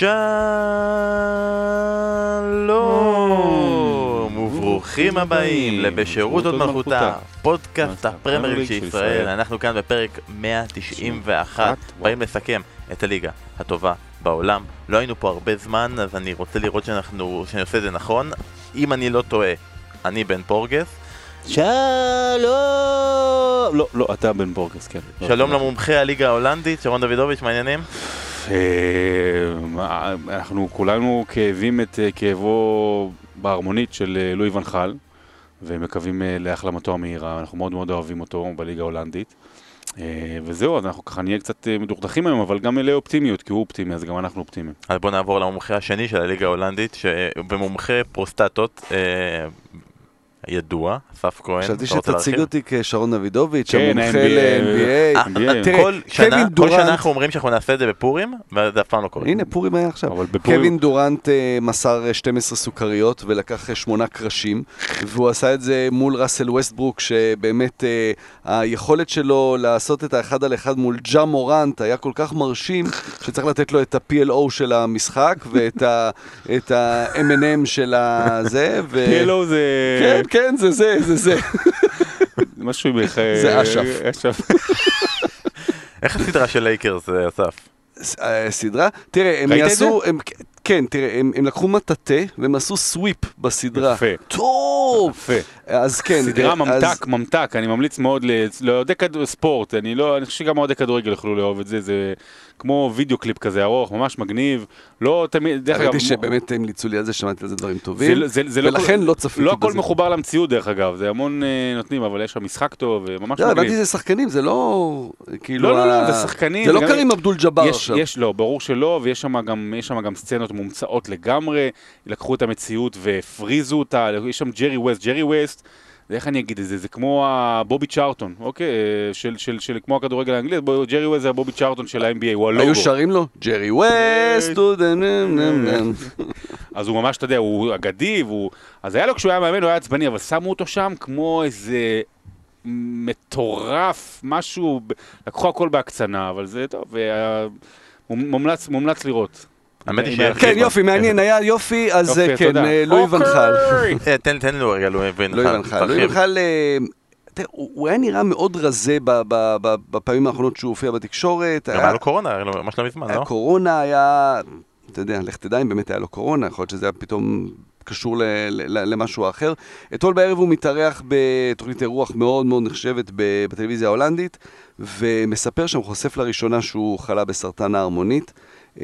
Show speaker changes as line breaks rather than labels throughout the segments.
שלום וברוכים הבאים לבשירות עוד מלכותה, פודקאסט הפרמייר ליג של ישראל. אנחנו כאן בפרק 191, באים לסכם את הליגה הטובה בעולם. לא היינו פה הרבה זמן, אז אני רוצה לראות שאני עושה את זה נכון. אם אני לא טועה, אני בן פורגס.
שלום! לא, אתה בן פורגס, כן.
שלום למומחה הליגה ההולנדית, שרון דוידוביץ', מעניינים?
אנחנו כולנו כאבים את כאבו בהרמונית של לואי ון חאל, ומקווים להחלמתו המהירה. אנחנו מאוד מאוד אוהבים אותו בליגה ההולנדית. וזהו, אז אנחנו ככה נהיה קצת מדוכדכים היום, אבל גם מלא אופטימיות, כי הוא אופטימי, אז גם אנחנו אופטימיים.
אז בואו נעבור למומחה השני של הליגה ההולנדית, שבמומחה פרוסטטות ידוע, אסף כהן.
חשבתי שתציג אותי כשרון דוידוביץ',
כן,
המומחה ל-NBA.
כל שנה אנחנו אומרים שאנחנו נעשה את זה בפורים, וזה אף פעם לא קורה.
הנה, פורים היה עכשיו. קווין דורנט מסר 12 סוכריות ולקח 8 קרשים, והוא עשה את זה מול ראסל ווסטברוק, שבאמת היכולת שלו לעשות את האחד על אחד מול ג'ה מורנט היה כל כך מרשים, שצריך לתת לו את ה-PLO של המשחק, ואת ה-M&M של הזה.
PLO זה...
כן, זה.
משהו עם
זה אשף.
איך הסדרה של לייקרס, אסף?
סדרה? תראה, הם יעשו... כן, תראה, הם לקחו מטאטה והם עשו סוויפ בסדרה.
יפה.
טוב!
יפה.
אז כן.
סדרה ממתק, אני ממליץ מאוד לאוהדי ספורט, אני חושב שגם אוהדי כדורגל יכולו לאהוב את זה, זה כמו וידאו קליפ כזה ארוך, ממש מגניב, לא תמיד, דרך אגב...
ראיתי שבאמת הם ליצו לי על זה, שמעתי על זה דברים טובים, ולכן לא צפיתי בזה.
לא הכל מחובר למציאות דרך אגב, זה המון נותנים, אבל יש שם משחק טוב, וממש מגניב.
הבנתי זה שחקנים, זה לא...
לא, זה שחקנים.
זה לא קרים אבדול ג'אבר עכשיו.
לא, ברור שלא, ויש שם גם סצנות מומצאות לגמרי, לקחו את המציאות והפריזו אותה, יש שם ג'רי ווסט, ואיך אני אגיד את זה? זה כמו הבובי צ'ארטון, אוקיי? של כמו הכדורגל האנגלי, ג'רי ווסט זה הבובי צ'ארטון של ה-NBA, הוא הלוגו.
היו שרים לו? ג'רי ווסט,
אז הוא ממש, אתה יודע, הוא אגדי, אז היה לו כשהוא היה מאמן, הוא היה עצבני, אבל שמו אותו שם כמו איזה מטורף, משהו, לקחו הכל בהקצנה, אבל זה טוב, מומלץ לראות.
כן, יופי, מעניין, היה יופי, אז כן, לואי ון חאל.
תן לו רגע, לואי ון חאל.
לואי ון חאל, הוא היה נראה מאוד רזה בפעמים האחרונות שהוא הופיע בתקשורת.
גם היה לו קורונה, ממש לא מזמן, לא?
הקורונה היה, אתה יודע, לך תדע אם באמת היה לו קורונה, יכול להיות שזה היה פתאום קשור למשהו אחר. אתמול בערב הוא מתארח בתוכנית אירוח מאוד מאוד נחשבת בטלוויזיה ההולנדית, ומספר שם, חושף לראשונה שהוא חלה בסרטן ההרמונית,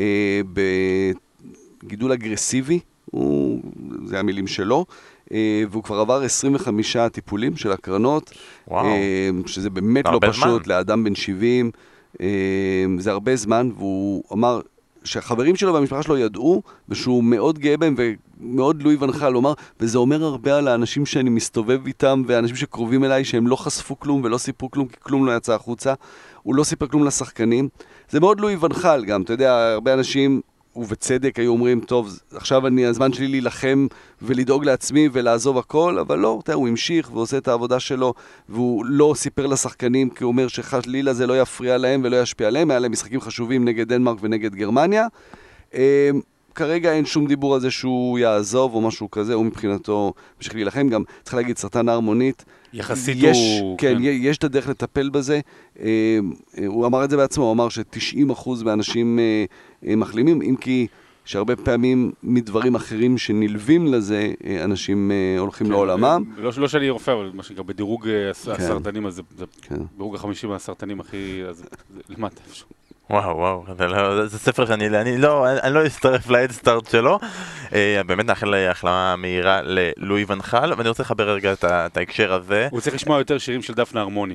בגידול אגרסיבי, זה המילים שלו, והוא כבר עבר 25 טיפולים של הקרנות, שזה באמת לא פשוט לאדם בן 70, זה הרבה זמן, והוא אמר שהחברים שלו והמשפחה שלו ידעו, ושהוא מאוד גאה בהם ומאוד לואי ון חאל, אומר, וזה אומר הרבה על האנשים שאני מסתובב איתם, ואנשים שקרובים אליי שהם לא חשפו כלום ולא סיפרו כלום, כי כלום לא יצא החוצה, הוא לא סיפר כלום לשחקנים. זה מאוד לואי ון חאל גם, אתה יודע, הרבה אנשים, ובצדק היו אומרים, טוב, עכשיו הזמן שלי להילחם ולדאוג לעצמי ולעזוב הכל, אבל לא, הוא המשיך ועושה את העבודה שלו, והוא לא סיפר לשחקנים, כי הוא אומר שחלילה זה לא יפריע להם ולא ישפיע עליהם, היה להם משחקים חשובים נגד דנמרק ונגד גרמניה. כרגע אין שום דיבור על זה שהוא יעזוב או משהו כזה, הוא מבחינתו משך להילחם, גם צריך להגיד סרטן ההרמונית,
יחסית
כן, יש את הדרך לטפל בזה. הוא אמר את זה בעצמו, הוא אמר ש90% מהאנשים מחלימים, אם כי שהרבה פעמים מדברים אחרים שנלווים לזה, אנשים הולכים לעולמם.
לא שאני רופא, אבל מה שגם בדירוג הסרטנים, אז זה דירוג ה50 מהסרטנים הכי למטה אפשר.
וואו, זה ספר שאני לא אצטרף להדסטארט שלו. באמת נאחל החלמה מהירה ללואי ון חאל, ואני רוצה לחבר רגע את ההקשר הזה.
הוא צריך לשמוע יותר שירים של דפנה הרמוני.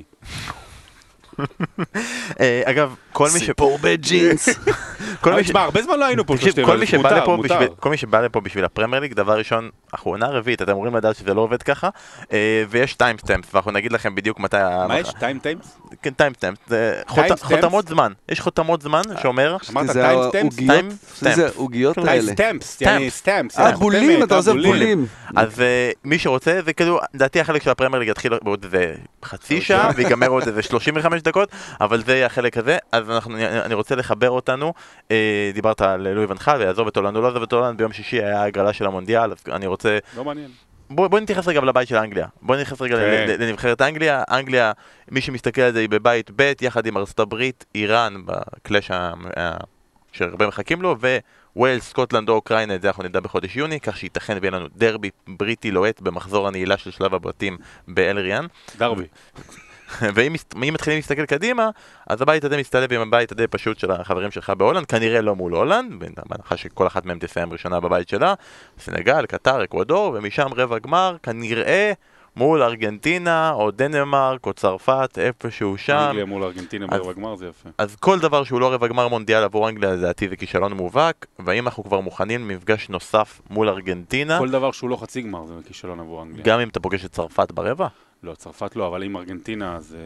אגב, כל מי
סיפור בג'ינס.
הרבה זמן לא היינו פה.
כל מי שבא לפה בשביל הפרמייר ליג, דבר ראשון, אחרונה רביעית, אתם אמורים לדעת שזה לא עובד ככה, ויש טיימסטמפס, ואנחנו נגיד לכם בדיוק מתי...
מה יש? טיימסטמפס?
כן, טיימסטמפס, חותמות זמן. יש חותמות זמן שאומר...
אמרת טיימסטמפס?
זה עוגיות האלה.
סטמפס.
בולים, אתה עוזב בולים.
אז מי שרוצה, זה כאילו, דעתי החלק של הפרמייר ליג יתחיל בעוד איזה חצי שעה, ויגמר עוד איזה 35 דקות, אבל זה יהיה החלק הזה. אז אני רוצה לחבר אותנו דיברת על לואי ון חאל ויעזוב את הולנד, הוא לא עזוב את הולנד, ביום שישי היה הגרלה של המונדיאל, אז אני רוצה...
לא מעניין.
בוא נתייחס רגע לבית של אנגליה, בוא נתייחס רגע לנבחרת אנגליה, אנגליה, מי שמסתכל על זה היא בבית ב' יחד עם ארצות הברית, איראן, בקלאש שהרבה מחכים לו, ווילס, סקוטלנד או אוקראינה, את זה אנחנו נדע בחודש יוני, כך שייתכן ויהיה לנו דרבי בריטי לוהט במחזור הנעילה של שלב הבתים באל ריאן.
דרבי.
ואם מתחילים להסתכל קדימה, אז הבית הזה מסתלב עם הבית הזה פשוט של החברים שלך בהולנד, כנראה לא מול הולנד, בהנחה שכל אחת מהם תסיים ראשונה בבית שלה, סנגל, קטר, אקוודור, ומשם רבע גמר, כנראה מול ארגנטינה, או דנמרק, או צרפת, איפשהו שם.
אנגליה מול ארגנטינה ברבע גמר, זה יפה.
אז כל דבר שהוא לא רבע גמר מונדיאל עבור אנגליה, זה עתיד וכישלון מובהק, והאם אנחנו כבר מוכנים למפגש נוסף מול ארגנטינה.
כל דבר שהוא לא חצי גמר, זה כישלון עבור אנגליה.
גם אם אתה פוגש את צרפת ברבע?
לא, צרפת לא, אבל עם ארגנטינה, אז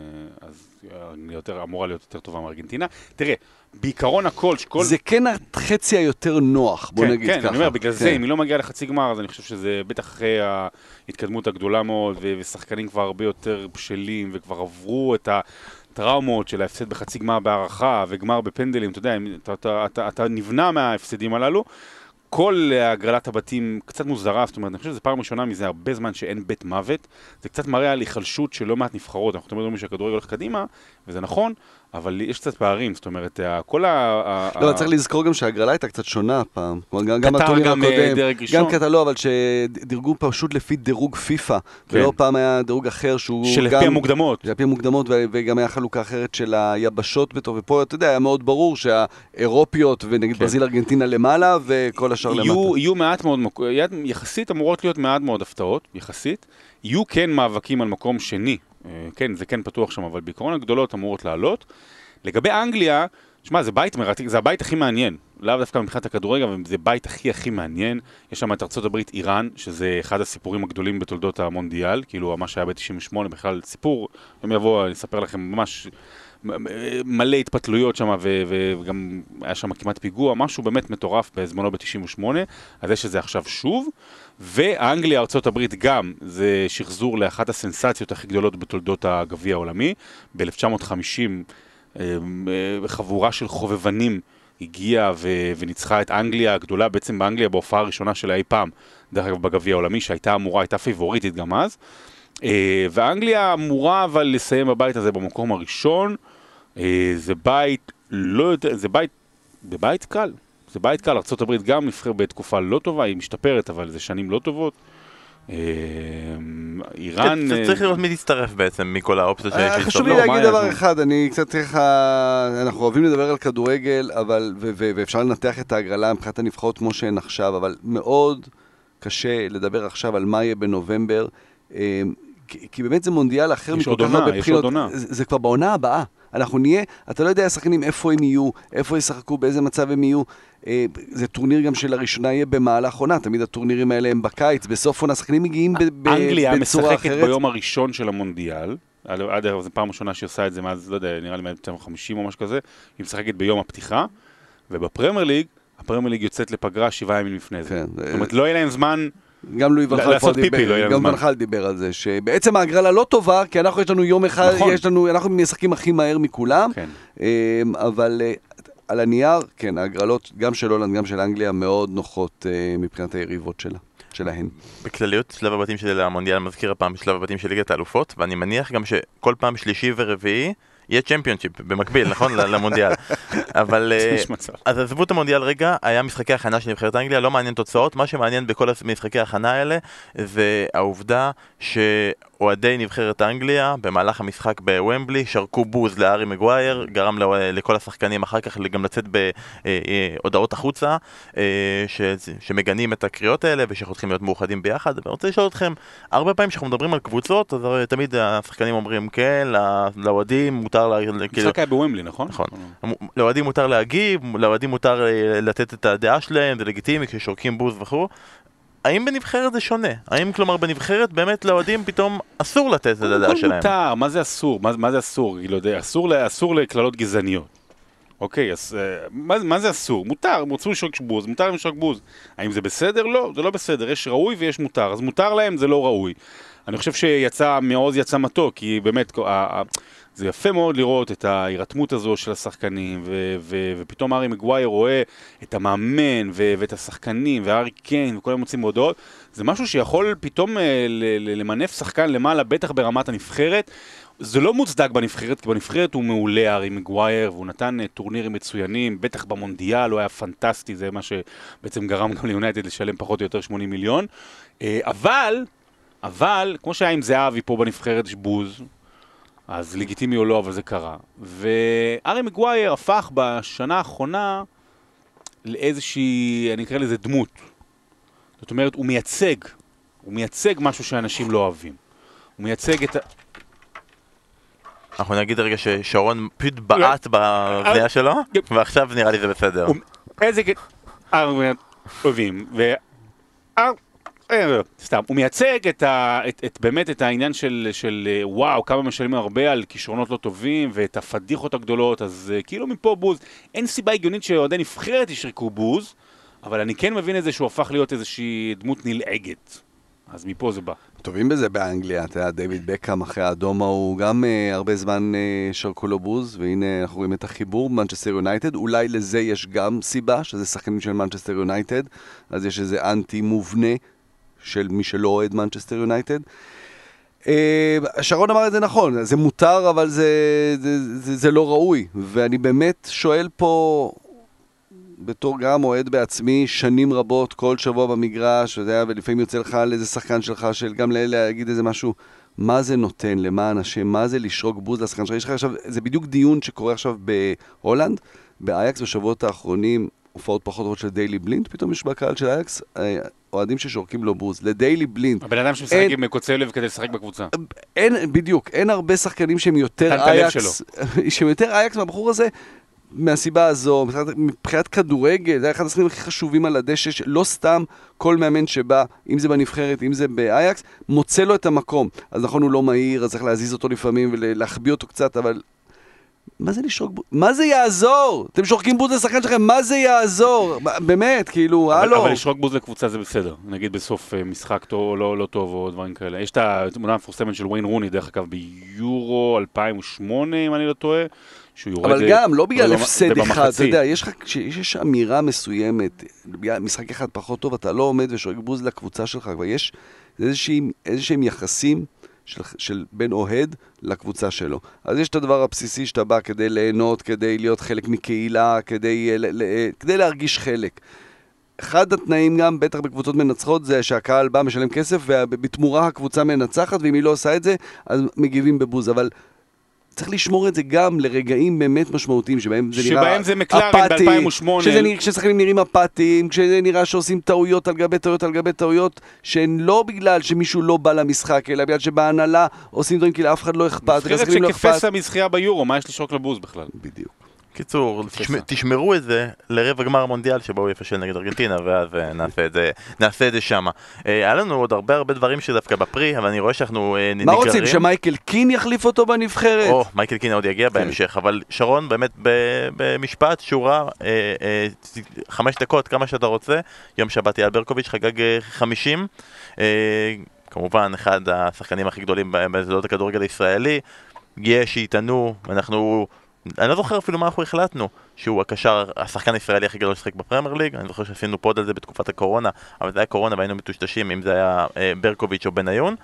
אמורה להיות יותר טובה מארגנטינה. תראה, בעיקרון הכל...
זה כן החצי היותר נוח, בוא נגיד ככה.
כן, אני אומר, בגלל זה, אם היא לא מגיעה לחצי גמר, אז אני חושב שזה בטח אחרי ההתקדמות הגדולה מאוד, ושחקנים כבר הרבה יותר בשלים, וכבר עברו את הטראומות של ההפסד בחצי גמר בהערכה, וגמר בפנדלים, אתה יודע, אתה נבנה מההפסדים הללו, כל הגרלת הבתים קצת מוזרה, זאת אומרת, אני חושב שזה פעם ראשונה מזה הרבה זמן שאין בית מוות, זה קצת מראה על היחלשות של לא מעט נבחרות, אנחנו תמיד אומרים שהכדורגל הולך קדימה, וזה נכון, אבל יש קצת פערים, זאת אומרת, כל
לא, צריך לזכור גם שהגרלה הייתה קצת שונה הפעם, גם הטורניר הקודם, גם קטע לא, אבל שדירגו פשוט לפי דירוג פיפה, ולא פעם היה דירוג אחר שהוא
גם... שלפי המוקדמות.
שלפי המוקדמות, וגם היה חלוקה אחרת של היבשות בתור, ופה, אתה יודע, היה מאוד ברור שהאירופיות, ונגיד ברזיל ארגנטינה למעלה, וכל השאר למטה.
יהיו מעט מאוד, יחסית אמורות להיות מעט מאוד הפתעות, יחסית, יהיו כן מאבקים על מקום שני, כן, זה כן פתוח שם, אבל בעיקרון הגדולות אמורות לעלות. לגבי אנגליה, שמע, זה בית מרתק, זה הבית הכי מעניין, לאו דווקא מבחינת הכדורגל, אבל זה בית הכי מעניין. יש שם את ארצות הברית איראן, שזה אחד הסיפורים הגדולים בתולדות המונדיאל, כאילו מה שהיה ב-98, בכלל סיפור, אם יבוא, אני אספר לכם ממש מלא התפתלויות שם, וגם היה שם כמעט פיגוע, משהו באמת מטורף בזמנו ב-98, אז יש את זה עכשיו שוב, ואנגליה, ארצות הברית גם, זה שחזור לאחת הסנסציות הכי גדולות בתולדות הגביע העולמי, ב-1950, חבורה של חובבנים הגיעה וניצחה את אנגליה הגדולה, בעצם באנגליה בהופעה הראשונה שלה אי פעם, דרך אגב בגביע העולמי, שהייתה אמורה, הייתה פייבוריטית גם אז, ואנגליה אמורה אבל לסיים בבית הזה במקום הראשון. זה בית לא יותר, זה בית קל, זה בית קל. ארצות הברית גם נבחר בתקופה לא טובה, היא משתפרת, אבל זה שנים לא טובות. איראן...
צריך לראות מי תצטרף בעצם מכל האופציות שיש.
חשוב לי להגיד דבר אחד, אני קצת צריך... אנחנו אוהבים לדבר על כדורגל, ואפשר לנתח את ההגרלה מבחינת הנבחרות כמו שהן עכשיו, אבל מאוד קשה לדבר עכשיו על מה יהיה בנובמבר, כי באמת זה מונדיאל אחר מכל כך הרבה בחינות. זה כבר בעונה הבאה. אנחנו נהיה, אתה לא יודע השחקנים איפה הם יהיו, איפה ישחקו, באיזה מצב הם יהיו. זה טורניר גם שלראשונה יהיה במהלך עונה, תמיד הטורנירים האלה הם בקיץ, בסוף עונה השחקנים מגיעים בצורה אחרת.
אנגליה משחקת ביום הראשון של המונדיאל, עד זו פעם ראשונה שהיא עושה את זה, מאז, לא יודע, נראה לי 1950 או משהו כזה, היא משחקת ביום הפתיחה, ובפרמייר ליג, הפרמייר ליג יוצאת לפגרה 7 ימים לפני זה. זאת אומרת, לא יהיה להם זמן...
גם לואי ון חאל דיבר על זה, שבעצם ההגרלה לא טובה, כי אנחנו יש לנו יום אחד, אנחנו משחקים הכי מהר מכולם, אבל על הנייר, כן, ההגרלות גם של הולנד, גם של אנגליה, מאוד נוחות מבחינת היריבות שלהן.
בכלליות, שלב הבתים של המונדיאל מזכיר הפעם שלב הבתים של ליגת האלופות, ואני מניח גם שכל פעם שלישי ורביעי, יהיה צ'מפיונשיפ במקביל, נכון? למונדיאל. אבל... אז עזבו את המונדיאל רגע, היה משחקי הכנה של נבחרת אנגליה, לא מעניין תוצאות, מה שמעניין בכל משחקי הכנה האלה, זה העובדה שאוהדי נבחרת אנגליה, במהלך המשחק בוומבלי, שרקו בוז לארי מגווייר, גרם לכל השחקנים אחר כך גם לצאת בהודעות החוצה, שמגנים את הקריאות האלה, ושחותכים להיות מאוחדים ביחד. ואני רוצה לשאול אתכם, הרבה פעמים שאנחנו מדברים על קבוצות, אז תמיד השחקנים אומרים כן, לאוהדים
משחק היה בוומבלי, נכון?
נכון. לאוהדים מותר להגיב, לאוהדים מותר לתת את הדעה שלהם, זה לגיטימי כששורקים בוז וכו'. האם בנבחרת זה שונה? האם כלומר בנבחרת באמת לאוהדים פתאום אסור לתת את הדעה שלהם?
מותר, מה זה אסור? מה זה אסור? אסור לכללות גזעניות. אוקיי, אז מה זה אסור? מותר, הם רוצים לשרוק בוז, מותר לשרוק בוז. האם זה בסדר? לא, זה לא בסדר. יש ראוי ויש מותר. אז מותר להם, זה לא ראוי. אני חושב מעוז יצא מתוק, כי באמת זה יפה מאוד לראות את ההירתמות הזו של השחקנים, ופתאום הארי מגווייר רואה את המאמן ואת השחקנים, והארי קיין וכל הם מוצאים הודעות. זה משהו שיכול פתאום למנף שחקן למעלה, בטח ברמת הנבחרת. זה לא מוצדק בנבחרת, כי בנבחרת הוא מעולה, הארי מגווייר, והוא נתן טורנירים מצוינים, בטח במונדיאל, הוא היה פנטסטי, זה מה שבעצם גרם גם ליונייטד לשלם פחות או יותר 80 מיליון. אבל, כמו שהיה עם זהבי פה בנבחרת, יש בוז, אז לגיטימי או לא, אבל זה קרה. והארי מגווייר הפך בשנה האחרונה לאיזושהי, אני אקרא לזה דמות. זאת אומרת, הוא מייצג משהו שאנשים לא אוהבים. הוא מייצג את
אנחנו נגיד רגע ששרון פשוט בעט בבנייה שלו, ועכשיו נראה לי זה בסדר.
איזה אוהבים, סתם, הוא מייצג באמת את העניין של וואו, כמה משלמים הרבה על כישרונות לא טובים, ואת הפדיחות הגדולות, אז כאילו מפה בוז, אין סיבה הגיונית שעודי נבחרת ישרקו בוז, אבל אני כן מבין את זה שהוא הפך להיות איזושהי דמות נלעגת. אז מפה זה בא.
טובים בזה באנגליה, אתה יודע, דיוויד בקאם אחרי האדום הוא גם הרבה זמן שרקו לו בוז, והנה אנחנו רואים את החיבור במנצ'סטר יונייטד, אולי לזה יש גם סיבה, שזה שחקנים של מנצ'סטר יונייטד, אז יש איזה אנטי מובנה של מי שלא אוהד מנצ'סטר יונייטד. שרון אמר את זה נכון, זה מותר, אבל זה לא ראוי, ואני באמת שואל פה, בתור גם אוהד בעצמי, שנים רבות, כל שבוע במגרש, ולפעמים יוצא לך על איזה שחקן שלך, של גם להגיד איזה משהו, מה זה נותן למען השם, מה זה לשרוק בוז לשחקן שלך. יש לך עכשיו, זה בדיוק דיון שקורה עכשיו בהולנד, באייקס בשבועות האחרונים, הופעות פחות רואות של דיילי בלינד, פתאום יש בקהל של אייקס, אוהדים ששורקים לו בוז, לדיילי בלינד.
הבן אדם שמשחק עם קוצב לב כדי לשחק בקבוצה.
בדיוק, אין הרבה שחקנים שהם יותר אייקס, שהם יותר אייקס מהבחור הזה, מהסיבה הזו, מבחינת כדורגל, זה אחד השחקנים הכי חשובים על הדשא, לא סתם כל מאמן שבא, אם זה בנבחרת, אם זה באייקס, מוצא לו את המקום. אז נכון, הוא לא מהיר, אז צריך להזיז אותו לפעמים ולהחביא אותו קצת, אבל מה זה לשרוק בוז? מה זה יעזור? אתם שורקים בוז לשחקן שלכם, מה זה יעזור? באמת, כאילו, הלו.
אבל לשרוק בוז לקבוצה זה בסדר. נגיד בסוף משחק טוב או לא טוב או דברים כאלה. יש את התמונה המפורסמת של וויין רוני, דרך אגב, ביורו 2008, אם אני לא טועה.
אבל גם, לא בגלל הפסד אחד, אתה יודע, יש אמירה מסוימת, בגלל משחק אחד פחות טוב, אתה לא עומד ושורק בוז לקבוצה שלך, כבר יש איזשהם יחסים של בין אוהד לקבוצה שלו. אז יש את הדבר הבסיסי שאתה בא כדי ליהנות, כדי להיות חלק מקהילה, כדי להרגיש חלק. אחד התנאים גם, בטח בקבוצות מנצחות, זה שהקהל בא, משלם כסף, ובתמורה הקבוצה מנצחת, ואם היא לא עושה את זה, אז מגיבים בבוז. אבל צריך לשמור את זה גם לרגעים באמת משמעותיים, שבהם זה נראה
שבהם זה מקלרן ב-2008.
כששחקנים נראים אפתיים, כשזה נראה שעושים טעויות על גבי טעויות על גבי טעויות, שהן לא בגלל שמישהו לא בא למשחק, אלא בגלל שבהנהלה עושים דברים כאילו אף אחד לא אכפת.
נבחרת שכפסה מזכייה ביורו, מה יש לשרוק לבוז בכלל?
בדיוק.
קיצור, תשמרו את זה לרבע גמר המונדיאל שבו הוא יפשל נגד ארגנטינה, ואז נעשה את זה שמה. היה לנו עוד הרבה דברים שדווקא בפרי, אבל אני רואה שאנחנו נגררים.
מה רוצים, שמייקל קין יחליף אותו בנבחרת?
מייקל קין עוד יגיע בהמשך, אבל שרון, באמת במשפט, שורה, 5 דקות, כמה שאתה רוצה. יום שבת אייל ברקוביץ' חגג 50. כמובן, אחד השחקנים הכי גדולים בתולדות הכדורגל הישראלי. יש שיתנו, אני לא זוכר אפילו מה אנחנו החלטנו, שהוא השחקן הישראלי הכי גדול לשחק בפרמייר ליג. אני זוכר שעשינו פוד על זה בתקופת הקורונה, אבל זה היה קורונה והיינו מטושטשים אם זה היה ברקוביץ' או בניון.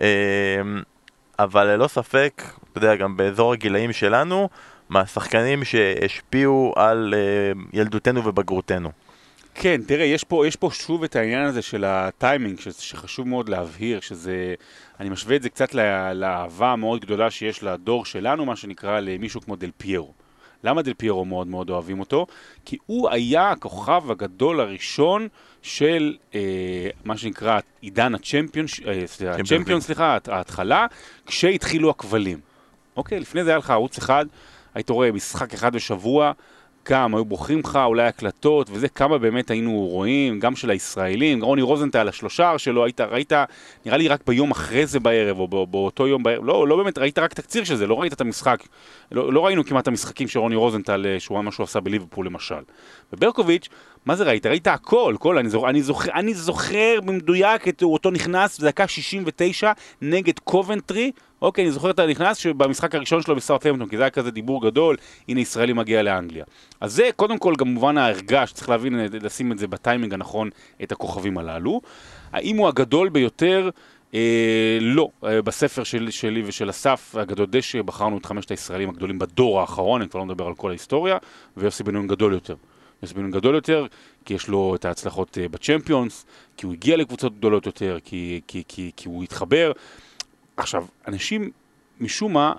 אבל ללא ספק, אתה יודע, גם באזור הגילאים שלנו, מהשחקנים שהשפיעו על ילדותנו ובגרותנו.
כן, תראה, יש פה שוב את העניין הזה של הטיימינג, שחשוב מאוד להבהיר, שזה, אני משווה את זה קצת לאהבה המאוד גדולה שיש לדור שלנו, מה שנקרא למישהו כמו דל פיירו. למה דל פיירו מאוד מאוד אוהבים אותו? כי הוא היה הכוכב הגדול הראשון של מה שנקרא עידן הצ'מפיון, ההתחלה, כשהתחילו הכבלים. אוקיי, לפני זה היה לך ערוץ אחד, היית רואה משחק אחד בשבוע, כמה היו בוחרים לך, אולי הקלטות, וזה כמה באמת היינו רואים, גם של הישראלים, רוני רוזנטל, השלושה שלו, ראית, נראה לי רק ביום אחרי זה בערב, או באותו יום בערב, לא באמת, ראית רק תקציר של זה, לא ראית את המשחק, לא ראינו כמעט המשחקים של רוני רוזנטל, שהוא מה שהוא עשה בליברפול למשל. וברקוביץ', מה זה ראית? ראית הכל, אני זוכר במדויק את אותו נכנס, בדקה 69 נגד קובנטרי, אוקיי, אני זוכר את הנכנס שבמשחק הראשון שלו בסאות'המפטון, כי זה היה כזה דיבור גדול, הנה ישראלי מגיע לאנגליה. אז זה קודם כל גם מובן ההרגש, שצריך להבין, לשים את זה בטיימינג הנכון, את הכוכבים הללו. האם הוא הגדול ביותר? לא, בספר שלי ושל אסף הגדול דשא, בחרנו את 5 הישראלים הגדולים בדור האחרון, אני כבר לא מדבר על כל ההיסטוריה, ויוסי בן-נון גדול יותר. יוסי בן-נון גדול יותר, כי יש לו את ההצלחות בצ'מפיונס, כי הוא הגיע לקבוצות גדולות יותר, כי הוא התחבר. עכשיו, אנשים משום מה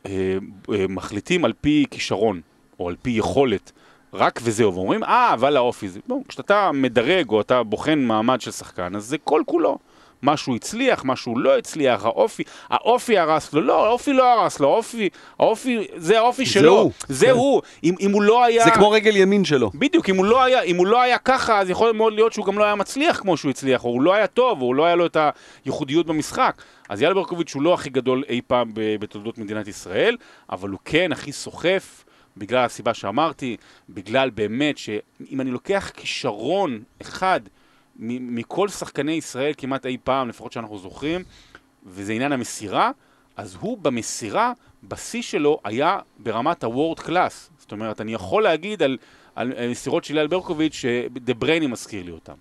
מחליטים על פי כישרון, או על פי יכולת, רק וזהו, ואומרים, אבל האופי זה. לא, כשאתה מדרג או אתה בוחן מעמד של שחקן, אז זה כל כולו. משהו הצליח, משהו לא הצליח, האופי הרס לו, לא, האופי לא הרס לו, האופי, זה האופי שלו, זה הוא, אם הוא לא היה...
זה כמו רגל ימין שלו.
בדיוק, אם הוא לא היה ככה, אז יכול מאוד להיות שהוא גם לא היה מצליח כמו שהוא הצליח, או הוא לא היה טוב, או הוא לא היה לו את הייחודיות במשחק. אז יאל ברקוביץ' הוא לא הכי גדול אי פעם בתולדות מדינת ישראל, אבל הוא כן הכי סוחף, בגלל הסיבה שאמרתי, בגלל באמת שאם אני לוקח כישרון אחד, מכל שחקני ישראל כמעט אי פעם, לפחות שאנחנו זוכרים, וזה עניין המסירה, אז הוא במסירה, בשיא שלו, היה ברמת הוורד קלאס. זאת אומרת, אני יכול להגיד על מסירות של יאל ברקוביץ' שדה ברייני מזכיר לי אותם.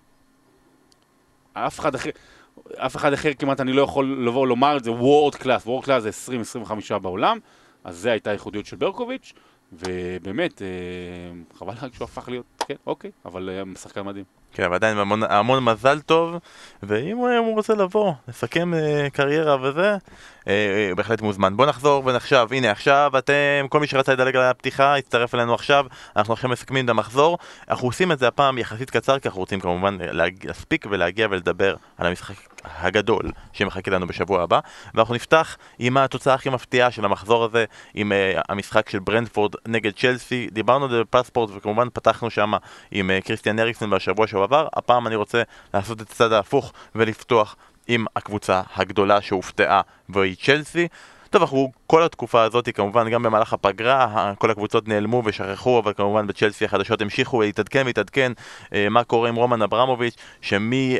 אף אחד אחר כמעט אני לא יכול לבוא לומר את זה, וורד קלאס. וורד קלאס זה 20-25 בעולם, אז זה הייתה הייחודיות של ברקוביץ', ובאמת, חבל רק שהוא הפך להיות, כן, אוקיי, אבל שחקן מדהים.
כן, אבל עדיין המון מזל טוב, ואם הוא רוצה לבוא, לסכם קריירה וזה, בהחלט מוזמן. בוא נחזור ונחשב, הנה עכשיו אתם, כל מי שרצה לדלג על הפתיחה, יצטרף אלינו עכשיו, אנחנו עכשיו מסכמים את המחזור, אנחנו עושים את זה הפעם יחסית קצר, כי אנחנו רוצים כמובן להספיק ולהגיע ולדבר על המשחק הגדול שמחכה לנו בשבוע הבא, ואנחנו נפתח עם התוצאה הכי מפתיעה של המחזור הזה, עם המשחק של ברנטפורד נגד צ'לסי, דיברנו על זה בפספורט וכמובן פתחנו שם עם קריסטיאן אריקסן בשבוע שעבר, הפעם אני רוצה לעשות את הצד ההפוך ולפתוח עם הקבוצה הגדולה שהופתעה והיא צ'לסי. טוב, אנחנו כל התקופה הזאת, כמובן גם במהלך הפגרה, כל הקבוצות נעלמו ושכחו, אבל כמובן בצ'לסי החדשות המשיכו להתעדכן מה קורה עם רומן אברמוביץ', שמי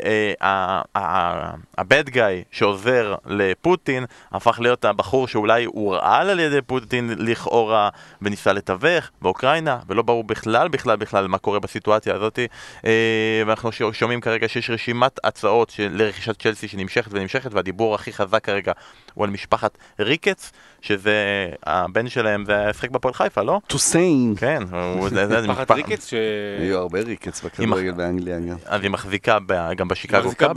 הבד גאי שעוזר לפוטין, הפך להיות הבחור שאולי הורעל על ידי פוטין לכאורה, וניסה לתווך באוקראינה, ולא ברור בכלל מה קורה בסיטואציה הזאת, ואנחנו שומעים כרגע שיש רשימת הצעות לרכישת צ'לסי שנמשכת, והדיבור הכי חזק כרגע הוא על משפחת ריקץ, שזה הבן שלהם, זה שחק בפועל חיפה, לא?
טוסיין.
כן,
זה משפחת ריקץ
היו הרבה ריקץ בכדורגל באנגליה.
אז היא מחזיקה גם בשיקגו.
מחזיקה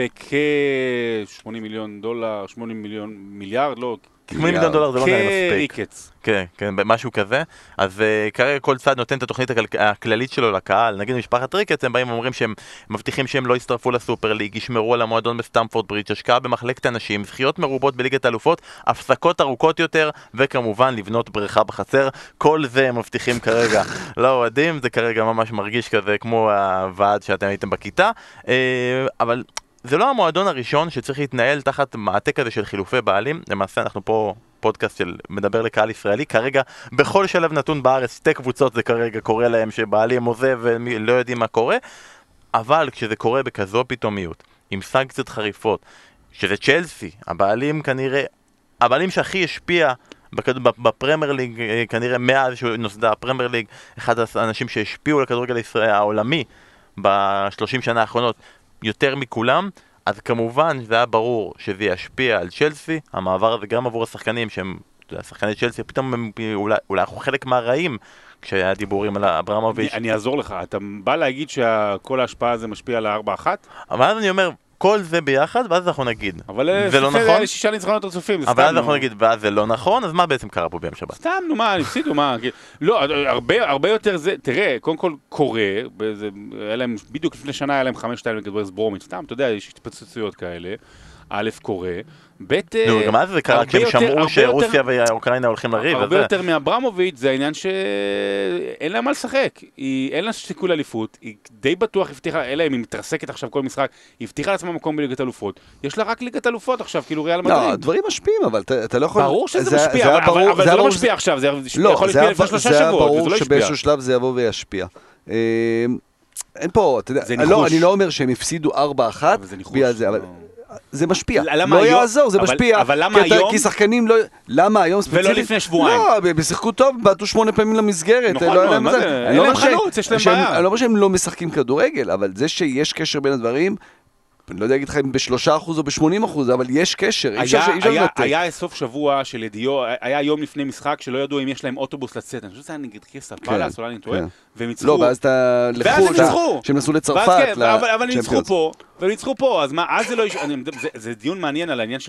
בכ-$80 מיליון, 80 מיליארד, לא...
$80 מיליון זה לא נראה מספיק.
ריקץ.
כן, משהו כזה. אז כרגע כל צד נותן את התוכנית הכללית שלו לקהל. נגיד משפחת ריקץ, הם באים ואומרים שהם מבטיחים שהם לא יצטרפו לסופר ליג, ישמרו על המועדון בסטמפורד ברידג', השקעה במחלקת הנשים, זכיות מרובות בליגת האלופות, הפסקות ארוכות יותר, וכמובן לבנות בריכה בחצר. כל זה הם מבטיחים כרגע לאוהדים, זה כרגע ממש מרגיש כזה כמו הוועד שאתם הייתם בכיתה. אבל זה לא המועדון הראשון שצריך להתנהל תחת מעטה כזה של חילופי בעלים. למעשה אנחנו פה פודקאסט של מדבר לקהל ישראלי, כרגע בכל שלב נתון בארץ 2 קבוצות זה כרגע קורה להם שבעלים עוזב ולא יודעים מה קורה, אבל כשזה קורה בכזו פתאומיות, עם סנקציות חריפות, שזה צ'לסי, הבעלים כנראה, הבעלים שהכי השפיע בפרמייר ליג, כנראה מאז שנוסדה הפרמייר ליג, אחד האנשים שהשפיעו לכדורגל העולמי ב30 שנה האחרונות, יותר מכולם, אז כמובן זה היה ברור שזה ישפיע על צ'לסי, המעבר הזה גם עבור השחקנים שהם, שחקני צ'לסי, פתאום הם אולי אנחנו חלק מהרעים כשהיה דיבורים על אברמוביץ'.
אני אעזור לך, אתה בא להגיד שכל ההשפעה הזה משפיע על 4-1?
אבל אז אני אומר, כל זה ביחד, ואז אנחנו נגיד,
אבל
זה לא נכון?
6 ניצחונות רצופים,
אבל אז אנחנו נגיד, ואז זה לא נכון, אז מה בעצם קרה פה ביום שבת?
סתם, נו מה, הפסידו, מה? לא, הרבה יותר זה, תראה, קודם כל קורה, בדיוק לפני שנה היה להם 5-2 נגד ווסט ברומיץ', סתם, אתה יודע, יש התפוצצויות כאלה, א' קורה, ב'
גם אז זה קרה כשהם שמעו שרוסיה ואוקראינה הולכים לריב.
הרבה יותר מאברמוביץ' זה העניין שאין להם מה לשחק, אין לה סיכוי לאליפות, היא די בטוח הבטיחה, אלא אם היא מתרסקת עכשיו כל משחק, היא הבטיחה לעצמה מקום בליגת אלופות, יש לה רק ליגת אלופות עכשיו, כאילו ריאל מדריד.
לא, דברים משפיעים, אבל אתה לא יכול...
ברור שזה משפיע, אבל זה לא משפיע עכשיו, זה יכול להשפיע לפני 3 שבועות, וזה לא
ברור
ישפיע.
שבאיזשהו שלב זה יבוא וישפיע. אין פה, אתה יודע, לא, אני לא אומר שהם הפסידו 4-1, בגלל זה, אבל זה משפיע, לא יעזור, זה משפיע,
אבל למה היום?
כי שחקנים לא, למה היום ספציפית?
ולא לפני שבועיים.
לא, בשיחקו טוב, בעטו 8 פעמים למסגרת.
נכון, אין להם חלוץ, יש להם בעיה.
אני לא אומר שהם לא משחקים כדורגל, אבל זה שיש קשר בין הדברים, אני לא יודע להגיד לך אם ב3% או ב80%, אבל יש קשר,
היה סוף שבוע של ידיעו, היה יום לפני משחק שלא ידעו אם יש להם אוטובוס לצאת, אני חושב שזה היה נגד קריסטל פאלאס, אולי אני טועה, והם ניצחו.
לא, ואז אתה לחוץ, שהם נסעו לצרפת.
אבל ניצחו פה, וניצחו פה, אז מה, אז זה לא, זה דיון מעניין על העניין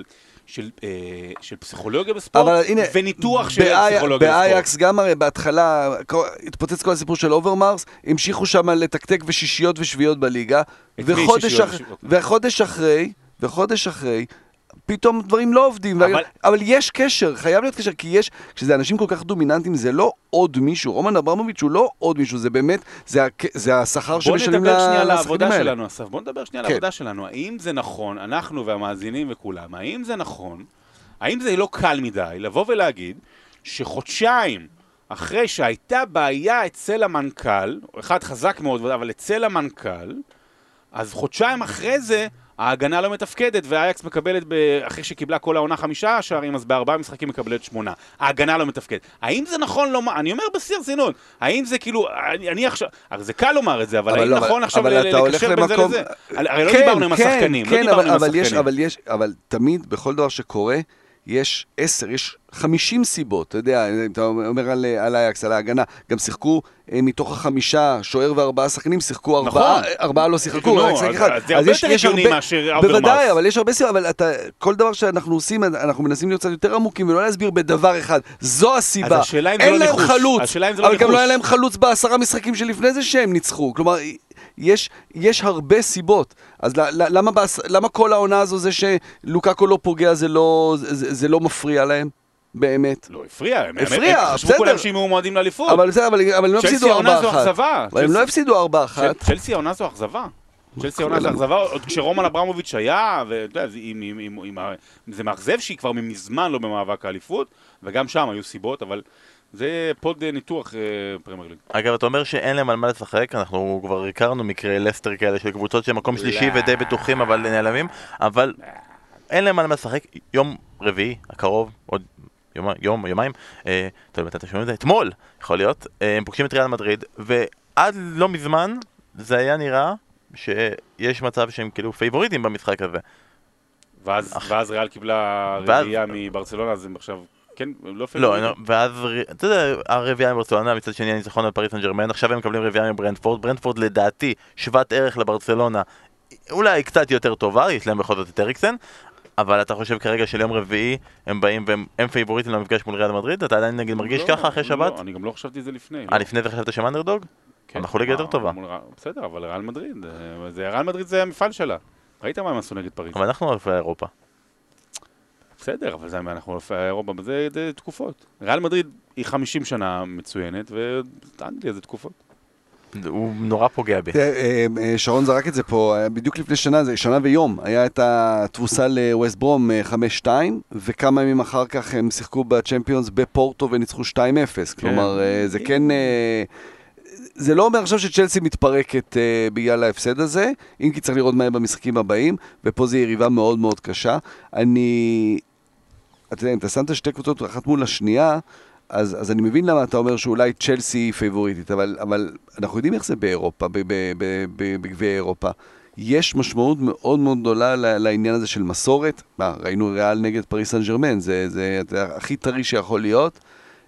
של פסיכולוגיה בספורט, וניתוח של פסיכולוגיה בספורט.
באייקס גם הרי בהתחלה, התפוצץ כל הסיפור של אוברמארס, המשיכו שם לתקתק ושישיות ושביעות בליגה, וחודש אחרי, פתאום דברים לא עובדים, אבל יש קשר, חייב להיות קשר, כי יש, כשזה אנשים כל כך דומיננטיים, זה לא עוד מישהו, רומן אברמוביץ' הוא לא עוד מישהו, זה באמת, זה השכר שמשלמים לשחקנים האלה.
בוא נדבר שנייה על העבודה שלנו, האם זה נכון, אנחנו והמאזינים וכולם, האם זה נכון, האם זה לא קל מדי, לבוא ולהגיד, שחודשיים אחרי שהייתה בעיה אצל המנכ"ל, אחד חזק מאוד, אבל אצל המנכ"ל, אז חודשיים אחרי זה, ההגנה לא מתפקדת, והאייקס מקבלת, אחרי שקיבלה כל העונה 5 שערים, אז ב4 משחקים מקבלת 8. ההגנה לא מתפקדת. האם זה נכון לומר, אני אומר בסיר זינות, האם זה כאילו, אני עכשיו, הרי זה קל לומר את זה, אבל האם נכון עכשיו לקשר בין זה לזה? הרי לא דיברנו עם השחקנים,
אבל תמיד, בכל דבר שקורה, יש 10, יש 50 סיבות, אתה יודע, אתה אומר על אייקס, על ההגנה, גם שיחקו מתוך 5 שוער ו4 שחקנים, שיחקו 4 לא שיחקו, רק שחק אחד.
זה הרבה יותר הגיוני מאשר אוברמארס.
בוודאי, אבל יש הרבה סיבות, אבל כל דבר שאנחנו עושים, אנחנו מנסים להיות קצת יותר עמוקים, ולא להסביר בדבר אחד, זו הסיבה.
אין
להם חלוץ, אבל גם לא היה להם חלוץ ב10 משחקים שלפני זה שהם ניצחו, כלומר, יש הרבה סיבות. אז למה כל העונה הזו זה שלוקאקו לא פוגע, זה לא מפריע להם? באמת.
לא, הפריע.
בסדר.
חשבו כולם שהם מועמדים לאליפות.
אבל הם לא הפסידו 4-1. אבל הם לא הפסידו 4-1.
צ'לסי העונה זו אכזבה. צ'לסי העונה זו אכזבה, עוד כשרומן אברמוביץ' היה, זה מאכזב שהיא כבר מזמן לא במאבק האליפות, וגם שם היו סיבות, אבל זה פוד ניתוח פרמייר ליג.
אגב, אתה אומר שאין להם על מה לשחק, אנחנו כבר הכרנו מקרי לסטר כאלה של קבוצות שהם מקום שלישי ודי בטוחים, אבל נעלמים, אבל אין להם על מה לשחק. יום רביעי, הקרוב, עוד יומיים, אתה שומעים את זה? אתמול, יכול להיות, הם פוגשים את ריאל מדריד, ועד לא מזמן זה היה נראה שיש מצב שהם כאילו פייבוריטים במשחק הזה.
ואז ריאל קיבלה רביעייה מברצלונה, אז הם עכשיו... כן, לא פייבוריטים.
לא, ואז, אתה יודע, הרביעייה מברצלונה, מצד שני הניצחון על פריס סן ז'רמן, עכשיו הם מקבלים רביעייה מברנדפורד, ברנדפורד לדעתי שוות ערך לברצלונה, אולי קצת יותר טובה, יש להם בכל זאת את אריקסן, אבל אתה חושב כרגע של יום רביעי הם באים והם פייבוריטים למפגש מול ריאל מדריד? אתה עדיין נגיד מרגיש ככה אחרי שבת?
אני גם לא חשבתי את זה לפני.
לפני זה חשבת שהם אנדרדוג? אנחנו ליגה יותר טובה.
בסדר, אבל ריאל מדריד, ריאל מדריד זה המפעל שלה. ראית מה הם עשו נגד פריז?
אבל אנחנו אלפי אירופה.
בסדר, אבל אנחנו אלפי אירופה, זה תקופות. ריאל מדריד היא 50 שנה מצוינת, ואנגליה זה תקופות.
הוא נורא פוגע בי.
שרון זרק את זה פה, בדיוק לפני שנה, זה שנה ויום, היה את התבוסה לווסט ברום 5-2, וכמה ימים אחר כך הם שיחקו בצ'מפיונס בפורטו וניצחו 2-0, כלומר זה כן, זה לא אומר עכשיו שצ'לסי מתפרקת בגלל ההפסד הזה, אם כי צריך לראות מה יהיה במשחקים הבאים, ופה זה יריבה מאוד מאוד קשה. אתה יודע, אם אתה שמת שתי קבוצות אחת מול השנייה, אז אני מבין למה אתה אומר שאולי צ'לסי היא פייבוריטית, אבל אנחנו יודעים איך זה באירופה, בגביע אירופה. יש משמעות מאוד מאוד גדולה לעניין הזה של מסורת. ראינו ריאל נגד פריס סן ז'רמן, זה הכי טרי שיכול להיות.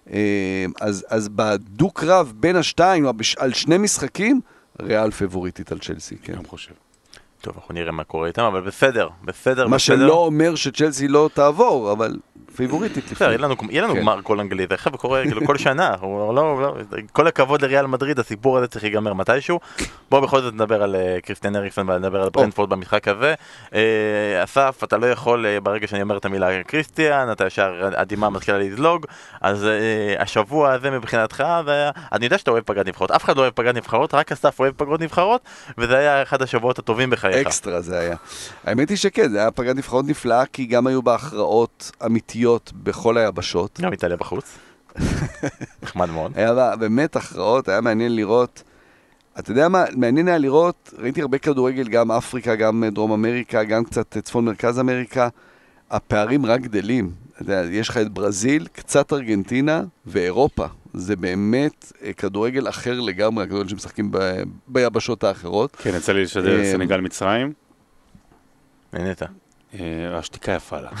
אז בדוק רב בין השתיים, על שני משחקים, ריאל פייבוריטית על צ'לסי. כן.
אני חושב.
טוב, אנחנו נראה מה קורה איתם, אבל בסדר.
מה שלא אומר שצ'לסי לא תעבור, אבל פייבוריטית לפני.
יהיה לנו גמר כל אנגלי, זה איך קורה כל שנה, כל הכבוד לריאל מדריד, הסיפור הזה צריך להיגמר מתישהו. בואו בכל זאת נדבר על קריסטיאן אריקסן ונדבר על ברנדפורד במשחק הזה. אסף, אתה לא יכול, ברגע שאני אומר את המילה קריסטיאן, אתה ישר הדימה מתחילה להזלוג, אז השבוע הזה מבחינתך, אני יודע שאתה אוהב פגרת נבחרות, אף אחד לא אוהב פגרת נבחרות, רק אסף אוהב פגרות נבחרות, וזה היה אחד השבועות הטובים בחייך.
אקסטרה זה היה. האמת היא שכן, זה היה פגרת נבחרות נפלאה, כי גם היו בהכרעות אמיתיות בכל היבשות.
גם איטליה בחוץ. נחמד מאוד.
היה באמת הכרעות, היה מעניין לראות. אתה יודע מה, מעניין היה לראות, ראיתי הרבה כדורגל, גם אפריקה, גם דרום אמריקה, גם קצת צפון מרכז אמריקה, הפערים רק גדלים. אתה יודע, יש לך את ברזיל, קצת ארגנטינה ואירופה. זה באמת כדורגל אחר לגמרי, הכדורגל שמשחקים ביבשות האחרות.
כן, יצא לי לשדר סנגל מצרים.
נהנית.
השתיקה יפה לה.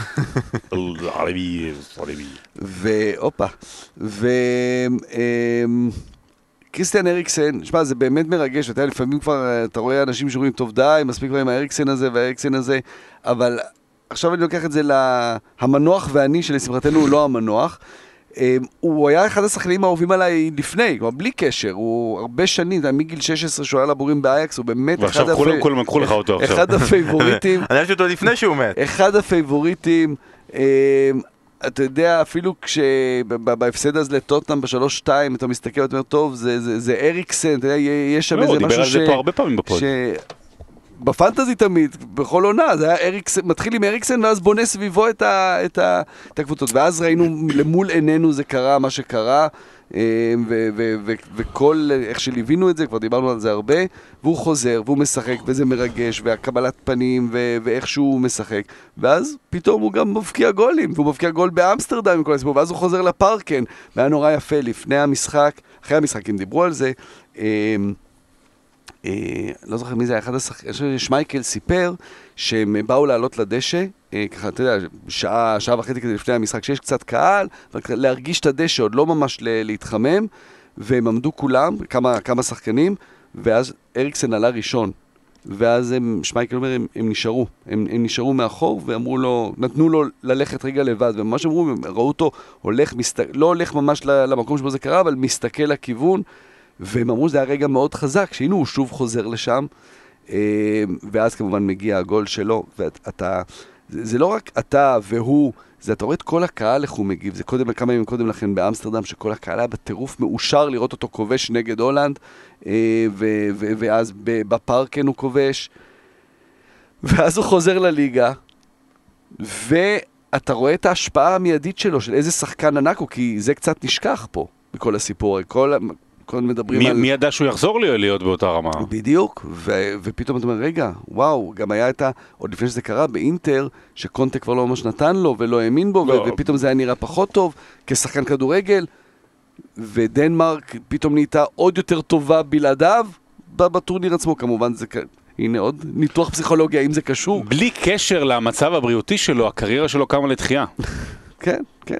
ואופה. קריסטיאן אריקסן, שמע, זה באמת מרגש, אתה יודע, לפעמים כבר, אתה רואה אנשים שאומרים, טוב די, מספיק כבר עם האריקסן הזה והאריקסן הזה, אבל עכשיו אני לוקח את זה להמנוח ואני, שלשמחתנו הוא לא המנוח, הוא היה אחד השחקנים האהובים עליי לפני, כלומר, בלי קשר, הוא הרבה שנים, מגיל 16 שהוא היה לבורים באייקס, הוא באמת
ועכשיו כולם לקחו לך אותו עכשיו.
אחד הפייבוריטים,
אני חושב אותו לפני שהוא מת.
אחד הפייבוריטים, אתה יודע, אפילו בהפסד אז לטוטנאם ב3-2, אתה מסתכל ואתה אומר, טוב, זה אריקסן, אתה יודע, יש שם איזה משהו
דיבר על זה פה הרבה פעמים בפוד.
בפנטזי תמיד, בכל עונה, זה היה אריקסן, מתחיל עם אריקסן, ואז בונה סביבו את הקבוצות. ואז ראינו למול עינינו זה קרה, מה שקרה, וכל, איך שליווינו את זה, כבר דיברנו על זה הרבה, והוא חוזר, והוא משחק, וזה מרגש, והקבלת פנים, ואיך שהוא משחק. ואז פתאום הוא גם מבקיע גולים, והוא מבקיע גול באמסטרדם, ואז הוא חוזר לפארקן, והיה נורא יפה לפני המשחק, אחרי המשחק, אם דיברו על זה, לא זוכר מי זה היה, אחד השחקנים, שמייקל סיפר שהם באו לעלות לדשא, ככה, אתה יודע, שעה וחצי כדי לפני המשחק, שיש קצת קהל, להרגיש את הדשא, עוד לא ממש להתחמם, והם עמדו כולם, כמה שחקנים, ואז אריקסן עלה ראשון, ואז שמייקל אומר, הם נשארו מאחור, ואמרו לו, נתנו לו ללכת רגע לבד, וממש אמרו, הם ראו אותו, לא הולך ממש למקום שבו זה קרה, אבל מסתכל לכיוון, והם אמרו, זה היה רגע מאוד חזק, שהנה הוא שוב חוזר לשם, ואז כמובן מגיע הגול שלו, זה לא רק אתה והוא, זה אתה רואה את כל הקהל איך הוא מגיב, זה כמה ימים קודם לכן באמסטרדם, שכל הקהל היה בטירוף מאושר לראות אותו כובש נגד הולנד, ואז בפארקן הוא כובש, ואז הוא חוזר לליגה, ואתה רואה את ההשפעה המיידית שלו, של איזה שחקן ענק הוא, כי זה קצת נשכח פה, בכל הסיפור,
מי ידע שהוא יחזור להיות באותה רמה?
בדיוק, ופתאום אתה אומר, רגע, וואו, גם היה עוד לפני שזה קרה באינטר, שקונטה כבר לא ממש נתן לו ולא האמין בו, ופתאום זה היה נראה פחות טוב, כשחקן כדורגל, ודנמרק פתאום נהייתה עוד יותר טובה בלעדיו, בטורניר עצמו כמובן, הנה עוד ניתוח פסיכולוגיה, אם זה קשור. בלי
קשר למצב הבריאותי שלו, הקריירה שלו קמה לתחייה.
כן, כן,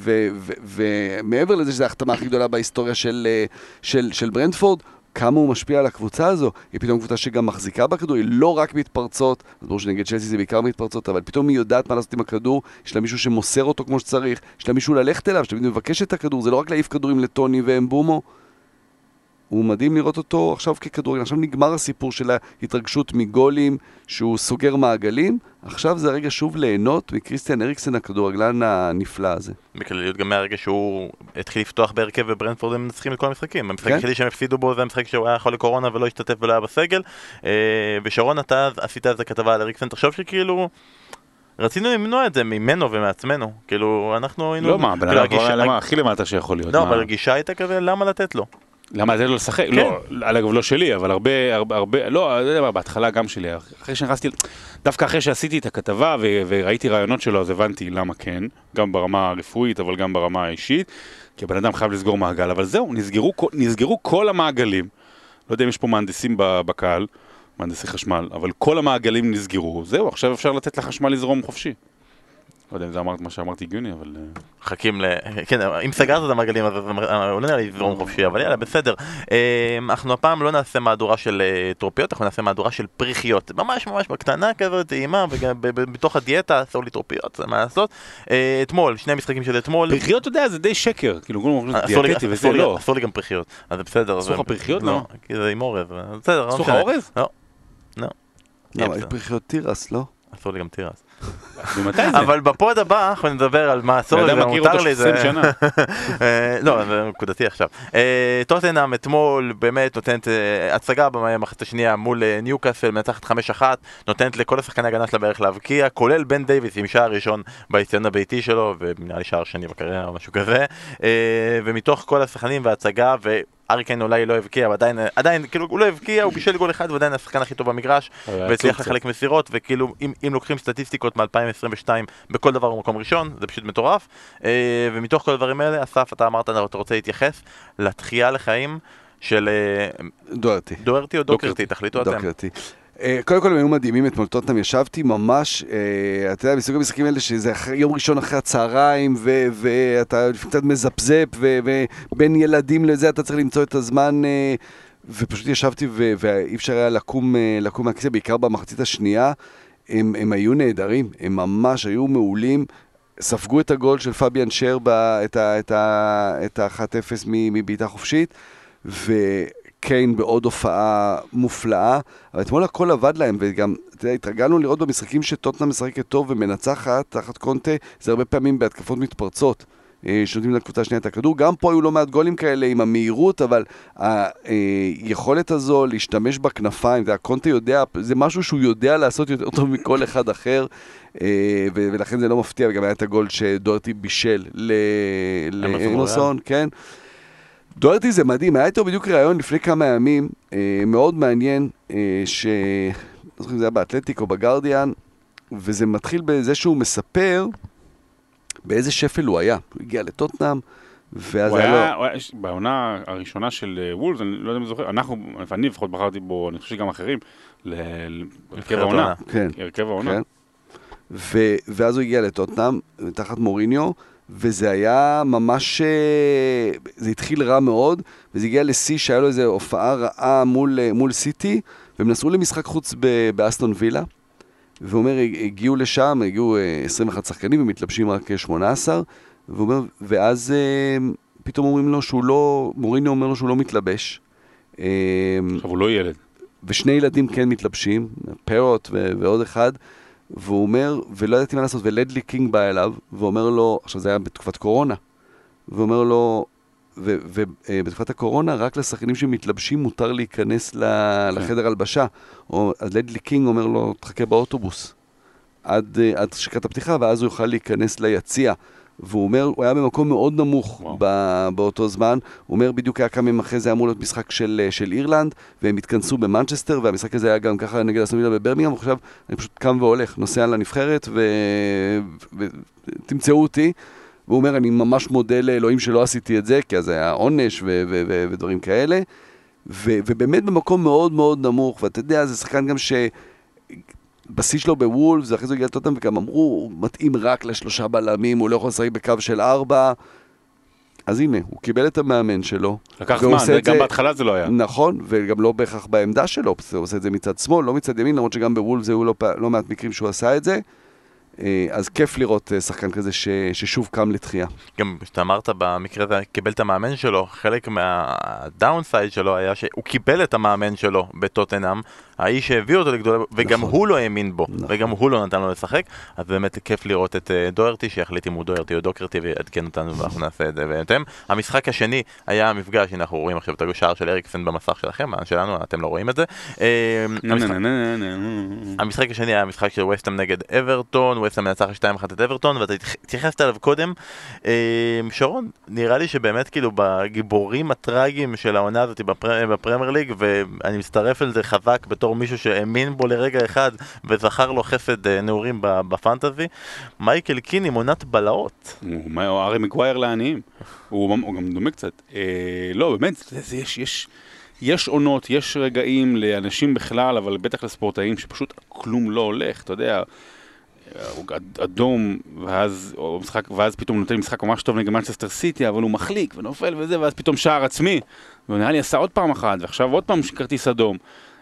ומעבר לזה שזו ההחתמה הכי גדולה בהיסטוריה של ברנטפורד, כמה הוא משפיע על הקבוצה הזו, היא פתאום קבוצה שגם מחזיקה בכדור, היא לא רק מתפרצות, אז ברור שנגד צ'לסי זה בעיקר מתפרצות, אבל פתאום היא יודעת מה לעשות עם הכדור, יש לה מישהו שמוסר אותו כמו שצריך, יש לה מישהו ללכת אליו, שתמיד מבקש את הכדור, זה לא רק להעיף כדורים לטוני ואמבומו, הוא מדהים לראות אותו עכשיו ככדורגל, עכשיו נגמר הסיפור של ההתרגשות מגולים, שהוא סוגר מעגלים, עכשיו זה הרגע שוב ליהנות מקריסטיאן אריקסן הכדורגלן הנפלא הזה.
בכלליות גם מהרגע שהוא התחיל לפתוח בהרכב וברנטפורד הם מנצחים את כל המשחקים, המשחק היחידי שהם הפסידו בו זה המשחק שהוא היה חולה קורונה ולא השתתף ולא היה בסגל, ושרון אתה עשית איזה כתבה על אריקסן, תחשוב שכאילו רצינו למנוע את זה ממנו ומעצמנו, כאילו אנחנו היינו...
לא מה, למה הכי למטה שיכול להיות?
לא, אבל הגישה הייתה כזה, למה לתת לו?
למה זה לא לשחק? לא, אגב לא שלי, אבל הרבה, לא, אני יודע מה, בהתחלה גם שלי, אחרי שנכנסתי, דווקא אחרי שעשיתי את הכתבה וראיתי רעיונות שלו, אז הבנתי למה כן, גם ברמה הרפואית, אבל גם ברמה האישית, כי הבן אדם חייב לסגור מעגל, אבל זהו, נסגרו כל המעגלים, לא יודע אם יש פה מהנדסים בקהל, מהנדסי חשמל, אבל כל המעגלים נסגרו, זהו, עכשיו אפשר לתת לחשמל לזרום חופשי. לא יודע אם זה אמרת מה שאמרתי גיוני, אבל...
חכים כן, אם סגרת את המעגלים, אז הוא לא נראה לי זרום חופשי, אבל יאללה, בסדר. אנחנו הפעם לא נעשה מהדורה של טרופיות, אנחנו נעשה מהדורה של פריחיות. ממש ממש בקטנה כזאת, טעימה, ובתוך הדיאטה אסור לי טרופיות, זה מה לעשות. אתמול, שני המשחקים של אתמול...
פריחיות, אתה יודע, זה די שקר. כאילו, דיאטטי וזה לא.
אסור לי גם פריחיות, אז זה בסדר.
אסור לך פריחיות? לא.
כי זה עם אורז. בסדר,
אסור לך אורז?
לא.
לא, פריחיות תירס, לא?
אסור לי גם תירס.
אבל
בפוד הבא אנחנו נדבר על מה אסור לי ומותר לי זה... לא, זה נקודתי עכשיו. טוטנהאם אתמול באמת נותנת הצגה במחצית השנייה מול ניוקאסל, מנצחת 5-1, נותנת לכל השחקני הגנה שלה בערך להבקיע, כולל בן דיוויס עם שער ראשון באצטדיון הביתי שלו, ונראה לי שער שני בקריירה או משהו כזה, ומתוך כל השחקנים וההצגה ארי קיין אולי לא הבקיע, אבל עדיין, כאילו הוא לא הבקיע, הוא בישל גול אחד, ועדיין השחקן הכי טוב במגרש, והצליח לחלק מסירות, וכאילו אם לוקחים סטטיסטיקות מ-2022, בכל דבר הוא מקום ראשון, זה פשוט מטורף, ומתוך כל הדברים האלה, אסף, אתה אמרת, אתה רוצה להתייחס לתחייה לחיים של דוארטי או דוקרטי, תחליטו אתם.
קודם כל הם היו מדהימים, אתמול טוטנהאם ישבתי ממש, אתה יודע, בסוג המשחקים האלה שזה יום ראשון אחרי הצהריים, ואתה קצת מזפזפ, ובין ילדים לזה אתה צריך למצוא את הזמן, ופשוט ישבתי ואי אפשר היה לקום מהכיסא, בעיקר במחצית השנייה, הם היו נהדרים, הם ממש היו מעולים, ספגו את הגול של פביאן שר, את ה-1-0 מבעיטה חופשית, קיין בעוד הופעה מופלאה, אבל אתמול הכל עבד להם, וגם התרגלנו לראות במשחקים שטוטנהאם משחקת טוב ומנצחת תחת קונטה, זה הרבה פעמים בהתקפות מתפרצות, שנותנים לקבוצה שנייה את הכדור, גם פה היו לא מעט גולים כאלה עם המהירות, אבל היכולת הזו להשתמש בכנפיים, הקונטה יודע, זה משהו שהוא יודע לעשות יותר טוב מכל אחד אחר, ולכן זה לא מפתיע, וגם היה את הגול שדוארטי בישל לאמרסון, כן? דוארטי זה מדהים, היה איתו בדיוק רעיון לפני כמה ימים, מאוד מעניין, לא זוכר אם זה היה באתלטיק או בגרדיאן, וזה מתחיל בזה שהוא מספר באיזה שפל הוא היה. הוא הגיע לטוטנהאם, ואז היה לו...
בעונה הראשונה של וולס, אני לא יודע אם זוכר, אני לפחות בחרתי בו, אני חושב שגם אחרים, להרכב העונה.
כן.
הרכב העונה.
ואז הוא הגיע לטוטנהאם, תחת מוריניו, וזה היה ממש, זה התחיל רע מאוד, וזה הגיע לסי שהיה לו איזו הופעה רעה מול סיטי, והם נסעו למשחק חוץ באסטון וילה, והוא אומר, הגיעו לשם, הגיעו 21 שחקנים, ומתלבשים רק 18, ואז פתאום אומרים לו שהוא לא, מוריניו אומר לו שהוא לא מתלבש.
עכשיו הוא לא ילד.
ושני ילדים כן מתלבשים, פרוט ועוד אחד, והוא אומר, ולא ידעתי מה לעשות, ולדלי קינג בא אליו, ואומר לו, עכשיו זה היה בתקופת קורונה, ואומר לו, ובתקופת הקורונה, רק לשחקנים שמתלבשים מותר להיכנס לחדר הלבשה. אז לדלי קינג אומר לו, תחכה באוטובוס, עד שקעת הפתיחה, ואז הוא יוכל להיכנס ליציע. והוא אומר, הוא היה במקום מאוד נמוך באותו זמן, הוא אומר, בדיוק היה כמה ימים אחרי זה אמור להיות משחק של אירלנד, והם התכנסו במנצ'סטר, והמשחק הזה היה גם ככה נגד אסטון וילה בברמינגהאם, ועכשיו אני פשוט קם והולך, נוסע לנבחרת, ותמצאו אותי, והוא אומר, אני ממש מודה לאלוהים שלא עשיתי את זה, כי אז היה עונש ודברים כאלה, ובאמת במקום מאוד מאוד נמוך, ואתה יודע, זה שחקן גם בשיא שלו בוולפס, אחרי זה הגיע לטוטנהאם, וגם אמרו, הוא מתאים רק ל3 בלמים, הוא לא יכול לשחק בקו של 4, אז הנה, הוא קיבל את המאמן שלו.
לקח זמן, גם בהתחלה זה לא היה.
נכון, וגם לא בהכרח בעמדה שלו, הוא עושה את זה מצד שמאל, לא מצד ימין, למרות שגם בוולפס היו לא מעט מקרים שהוא עשה את זה, אז כיף לראות שחקן כזה ששוב קם לתחייה.
גם שאתה אמרת במקרה הזה, קיבל את המאמן שלו, חלק מהדאונסייד שלו היה שהוא קיבל את המאמן שלו בטוטנהאם, האיש שהביא אותו לגדול, וגם הוא לא האמין בו, וגם הוא לא נתן לו לשחק, אז באמת כיף לראות את דוארטי, שיחליט אם הוא דוארטי או דוקרטי, ויעדכן אותנו ואנחנו נעשה את זה. ואתם, המשחק השני היה המפגש, הנה אנחנו רואים עכשיו את השער של אריקסן במסך שלכם, שלנו, אתם לא רואים את זה. המשחק השני היה המשחק של וסטהאם נגד אברטון, וסטהאם מנצח 2-1 את אברטון, ואתה התייחסת עליו קודם. שרון, נראה לי שבאמת כאילו בגיבורים הטרגיים של העונה הזאת בפרמייר ליג, ואני מצטרף על זה חזק בתור מישהו שהאמין בו לרגע אחד וזכר לו חסד נעורים בפנטזי, מייקל קין עם עונת בלעות.
הוא ארי מגווייר לעניים. הוא גם דומה קצת. לא, באמת, יש עונות, יש רגעים לאנשים בכלל, אבל בטח לספורטאים שפשוט כלום לא הולך, אתה יודע, אדום, ואז פתאום נותן משחק ממש טוב נגד מנצ'סטר סיטי, אבל הוא מחליק ונופל וזה, ואז פתאום שער עצמי, ונראה לי עשה עוד פעם אחת, ועכשיו עוד פעם כרטיס אדום.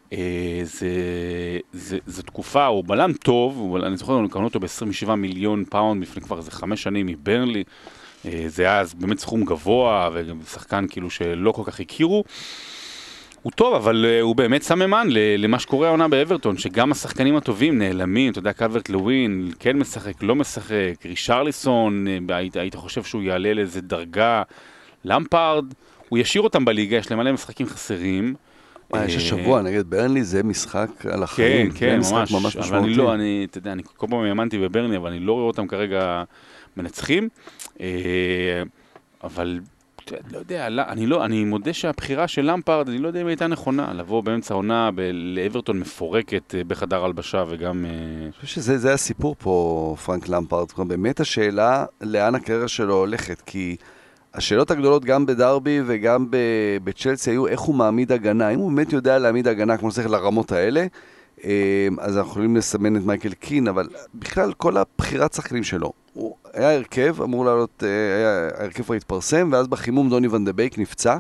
זו תקופה, הוא בלם טוב, אני זוכר, הוא קרנו אותו ב-27 מיליון פאונד לפני כבר איזה 5 שנים מברנלי, זה היה אז באמת סכום גבוה, וגם שחקן כאילו שלא כל כך הכירו, הוא טוב, אבל הוא באמת סממן למה שקורה העונה באברטון, שגם השחקנים הטובים נעלמים, אתה יודע, קלברט לווין, כן משחק, לא משחק, רישרליסון, היית חושב שהוא יעלה לאיזה דרגה, למפארד, הוא ישאיר אותם בליגה, יש להם מלא משחקים חסרים.
יש השבוע נגד ברנלי, זה משחק על החיים.
כן, ממש, אבל אני לא, אתה יודע, אני כל פעם האמנתי בברנלי, אבל אני לא רואה אותם כרגע מנצחים, אבל לא יודע, אני מודה שהבחירה של למפרד, אני לא יודע אם הייתה נכונה, לבוא באמצע העונה לאברטון מפורקת בחדר הלבשה וגם...
אני חושב שזה הסיפור פה, פרנק למפרד. באמת השאלה לאן הקריירה שלו הולכת, כי השאלות הגדולות גם בדרבי וגם בצ'לסי היו איך הוא מעמיד הגנה. אם הוא באמת יודע להעמיד הגנה כמו שצריך לרמות האלה, אז אנחנו יכולים לסמן את מייקל קין, אבל בכלל כל הבחירת שחקנים שלו, הוא היה הרכב, אמור לעלות, ההרכב כבר התפרסם, ואז בחימום דוני ון דה בייק נפצע,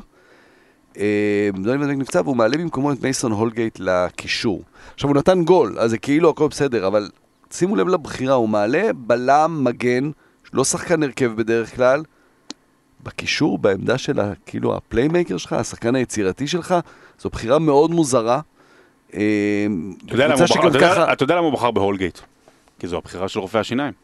והוא מעלה במקומו את מייסון הולגייט לקישור. עכשיו הוא נתן גול, אז זה כאילו הכל בסדר, אבל שימו לב לבחירה, הוא מעלה בלם מגן, לא שחקן הרכב בדרך כלל, בקישור, בעמדה של כאילו הפליימייקר שלך, השחקן היצירתי שלך, זו בחירה מאוד מוזרה.
אתה יודע למה הוא בחר בהולגייט? כי זו הבחירה של רופאי השיניים.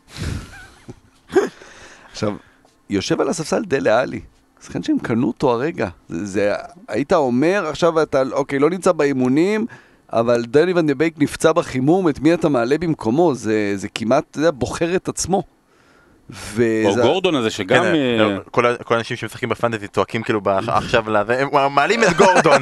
עכשיו, יושב על הספסל דלה אלי, שחקן שהם קנו אותו הרגע. היית אומר, עכשיו אתה, אוקיי, לא נמצא באימונים, אבל דני ון דה בייק נפצע בחימום, את מי אתה מעלה במקומו? זה כמעט, אתה יודע, בוחר את עצמו.
או גורדון הזה שגם...
כל האנשים שמשחקים בפנטזי צועקים כאילו עכשיו, הם מעלים את גורדון.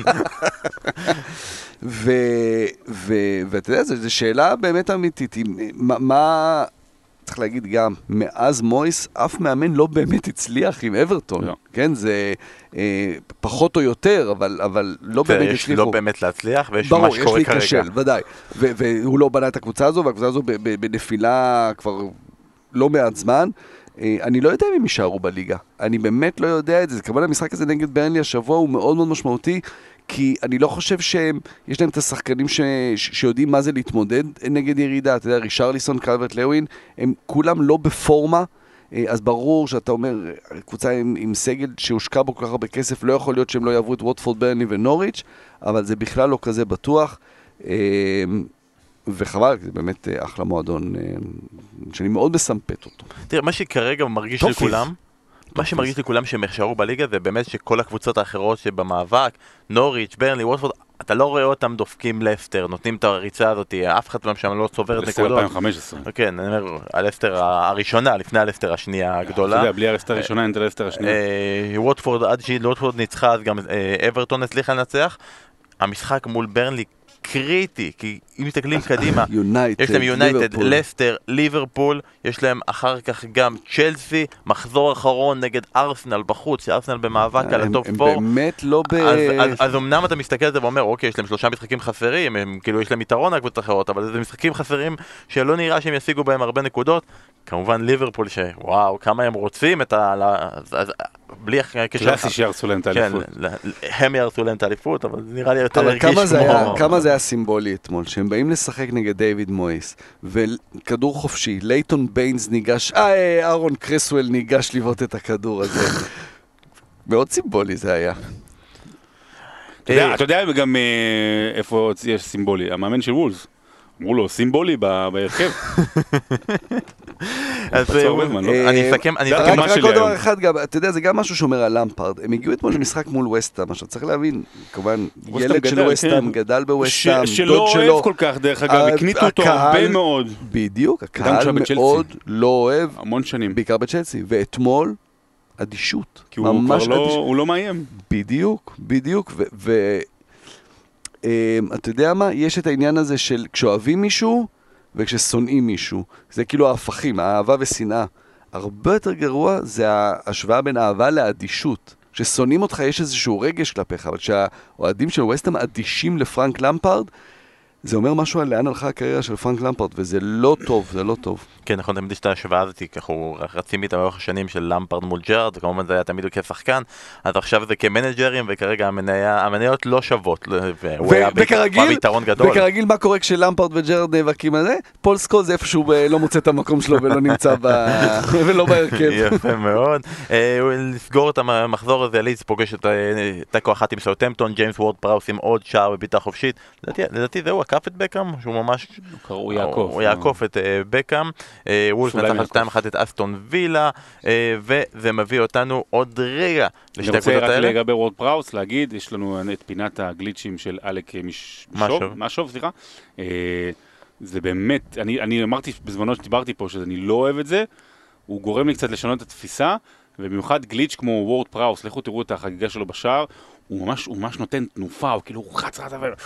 ואתה יודע, זו שאלה באמת אמיתית. מה... צריך להגיד גם, מאז מויס, אף מאמן לא באמת הצליח עם אברטון. כן, זה פחות או יותר, אבל לא באמת הצליחו.
יש לא באמת להצליח, ויש מה שקורה כרגע.
ברור, יש להיכשל, ודאי. והוא לא בנה את הקבוצה הזו, והקבוצה הזו בנפילה כבר לא מעט זמן. אני לא יודע אם הם יישארו בליגה. אני באמת לא יודע את זה. כמובן המשחק הזה נגד ברנלי השבוע הוא מאוד מאוד משמעותי, כי אני לא חושב שיש להם את השחקנים שיודעים מה זה להתמודד נגד ירידה. אתה יודע, רישרליסון, קלברט לוין, הם כולם לא בפורמה, אז ברור שאתה אומר, קבוצה עם סגל שהושקע בו כל כך הרבה כסף, לא יכול להיות שהם לא יעברו את ווטפורד, ברנלי ונוריץ', אבל זה בכלל לא כזה בטוח. וחבל, זה באמת אחלה מועדון שאני מאוד מסמפת אותו.
תראה, מה שכרגע מרגיש לכולם, מה שמרגיש לכולם שהם יחשרו בליגה זה באמת שכל הקבוצות האחרות שבמאבק, נוריץ', ברנלי, ווטפורד, אתה לא רואה אותם דופקים לסטר, נותנים את הריצה הזאת, אף אחד שם לא צוברת נקודות.
לסטר 2015.
כן, אני אומר, הלסטר הראשונה, לפני הלסטר השנייה הגדולה.
אתה יודע, בלי הלסטר הראשונה, אין את הלסטר השנייה.
ווטפורד, עד שווטפורד ניצחה, אז גם אברטון הצליחה לנצח. המשחק מול ברנלי קריטי, כי אם מסתכלים קדימה, יש להם יונייטד, לסטר, ליברפול, יש להם אחר כך גם צ'לסי, מחזור אחרון נגד ארסנל בחוץ, שארסנל במאבק על הטופ 4.
הם באמת לא
אז אמנם אתה מסתכל על זה ואומר, אוקיי, יש להם 3 משחקים חסרים, הם כאילו יש להם יתרון על קבוצות אחרות, אבל זה משחקים חסרים שלא נראה שהם ישיגו בהם הרבה נקודות. כמובן ליברפול שוואו, כמה הם רוצים את בלי
קלאסי שירצו להם את האליפות.
הם ירצו להם את האליפות, אבל זה נראה לי יותר
הרגיש כמו... כמה זה היה סימבולי אתמול, שהם באים לשחק נגד דיוויד מויס, וכדור חופשי, לייטון ביינס ניגש, אהרון קרסוול ניגש לבעוט את הכדור הזה. מאוד סימבולי זה היה.
אתה יודע גם איפה יש סימבולי, המאמן של וולס. אמרו לו, סימבולי בהרכב.
אז אני אסכם
רק עוד דבר אחד, אתה יודע, זה גם משהו שאומר על למפרד. הם הגיעו אתמול למשחק מול ווסטהאם, עכשיו צריך להבין, כמובן, ילד של ווסטהאם, גדל בווסטהאם,
שלא אוהב כל כך, דרך אגב, הקניתו אותו הרבה מאוד.
בדיוק, הקהל מאוד לא אוהב,
המון שנים.
בעיקר בצ'לסי, ואתמול, אדישות.
כי הוא לא מאיים.
בדיוק, אתה יודע מה? יש את העניין הזה של כשאוהבים מישהו וכששונאים מישהו. זה כאילו ההפכים, האהבה ושנאה. הרבה יותר גרוע זה ההשוואה בין אהבה לאדישות. כששונאים אותך יש איזשהו רגש כלפיך, אבל כשהאוהדים של ווסטהאם אדישים לפרנק למפרד, זה אומר משהו על לאן הלכה הקריירה של פרנק למפרד, וזה לא טוב, זה לא טוב.
כן, נכון, תמיד יש את ההשוואה הזאת, ככה הוא רצים איתה באורך השנים של למפרד מול ג'רד, וכמובן זה היה תמיד כשחקן, אז עכשיו זה כמנג'רים, וכרגע המניות לא שוות, והוא היה ביתרון גדול.
וכרגיל מה קורה כשלמפרד וג'רד נאבקים על זה? פול סקול זה איפשהו לא מוצא את המקום שלו ולא נמצא ולא בהרכב.
יפה מאוד. לסגור את המחזור הזה, לידס פוגש את תיקו אחת עם סאות'המפטון, ג'יימס וורד פראוס עם עוד שער בבעיטה חופשית. לדעתי זהו, עקף את בקאם, שהוא ממש... הוא יעקוף את בקאם. וולף נצח 2-1 את אסטון וילה, וזה מביא אותנו עוד רגע לשתי הקבוצות האלה.
אני רוצה רק לגבי וורד פראוס להגיד, יש לנו את פינת הגליצ'ים של אלק משוב, סליחה. זה באמת, אני אמרתי בזמנו שדיברתי פה שאני לא אוהב את זה, הוא גורם לי קצת לשנות את התפיסה, ובמיוחד גליץ' כמו וורד פראוס, לכו תראו את החגיגה שלו בשער, הוא ממש נותן תנופה, הוא כאילו רץ,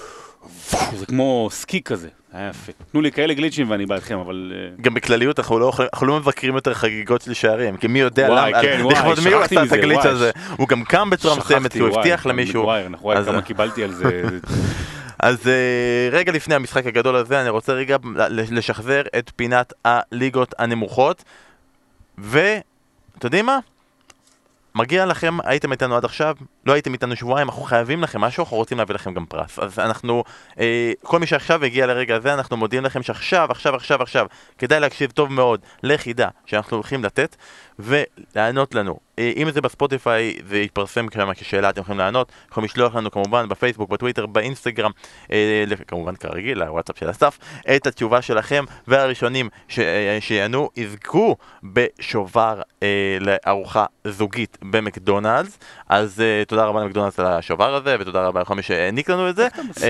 זה כמו סקי כזה, היה יפה. תנו לי כאלה גליצ'ים ואני בא אתכם, אבל...
גם בכלליות אנחנו לא מבקרים יותר חגיגות של שערים, כי מי יודע לכבוד מי הוא עשה את הגליץ' הזה. הוא גם קם בצורה מסוימת, כי הוא הבטיח למישהו.
כמה קיבלתי על זה.
אז רגע לפני המשחק הגדול הזה, אני רוצה רגע לשחזר את פינת הליגות הנמוכות, ואתה יודעים מה? מגיע לכם, הייתם איתנו עד עכשיו, לא הייתם איתנו שבועיים, אנחנו חייבים לכם משהו, אנחנו רוצים להביא לכם גם פרס. אז אנחנו, כל מי שעכשיו הגיע לרגע הזה, אנחנו מודיעים לכם שעכשיו, כדאי להקשיב טוב מאוד לחידה שאנחנו הולכים לתת, ולענות לנו. אם זה בספוטיפיי, זה יתפרסם כשאלה, אתם יכולים לענות, יכולים לשלוח לנו כמובן בפייסבוק, בטוויטר, באינסטגרם, כמובן כרגיל, לוואטסאפ של הסף, את התשובה שלכם, והראשונים שיענו יזכו בשובר לארוחה זוגית במקדונלדס. אז תודה רבה למקדונלדס על השובר הזה, ותודה רבה לכל מי שהעניק לנו את זה.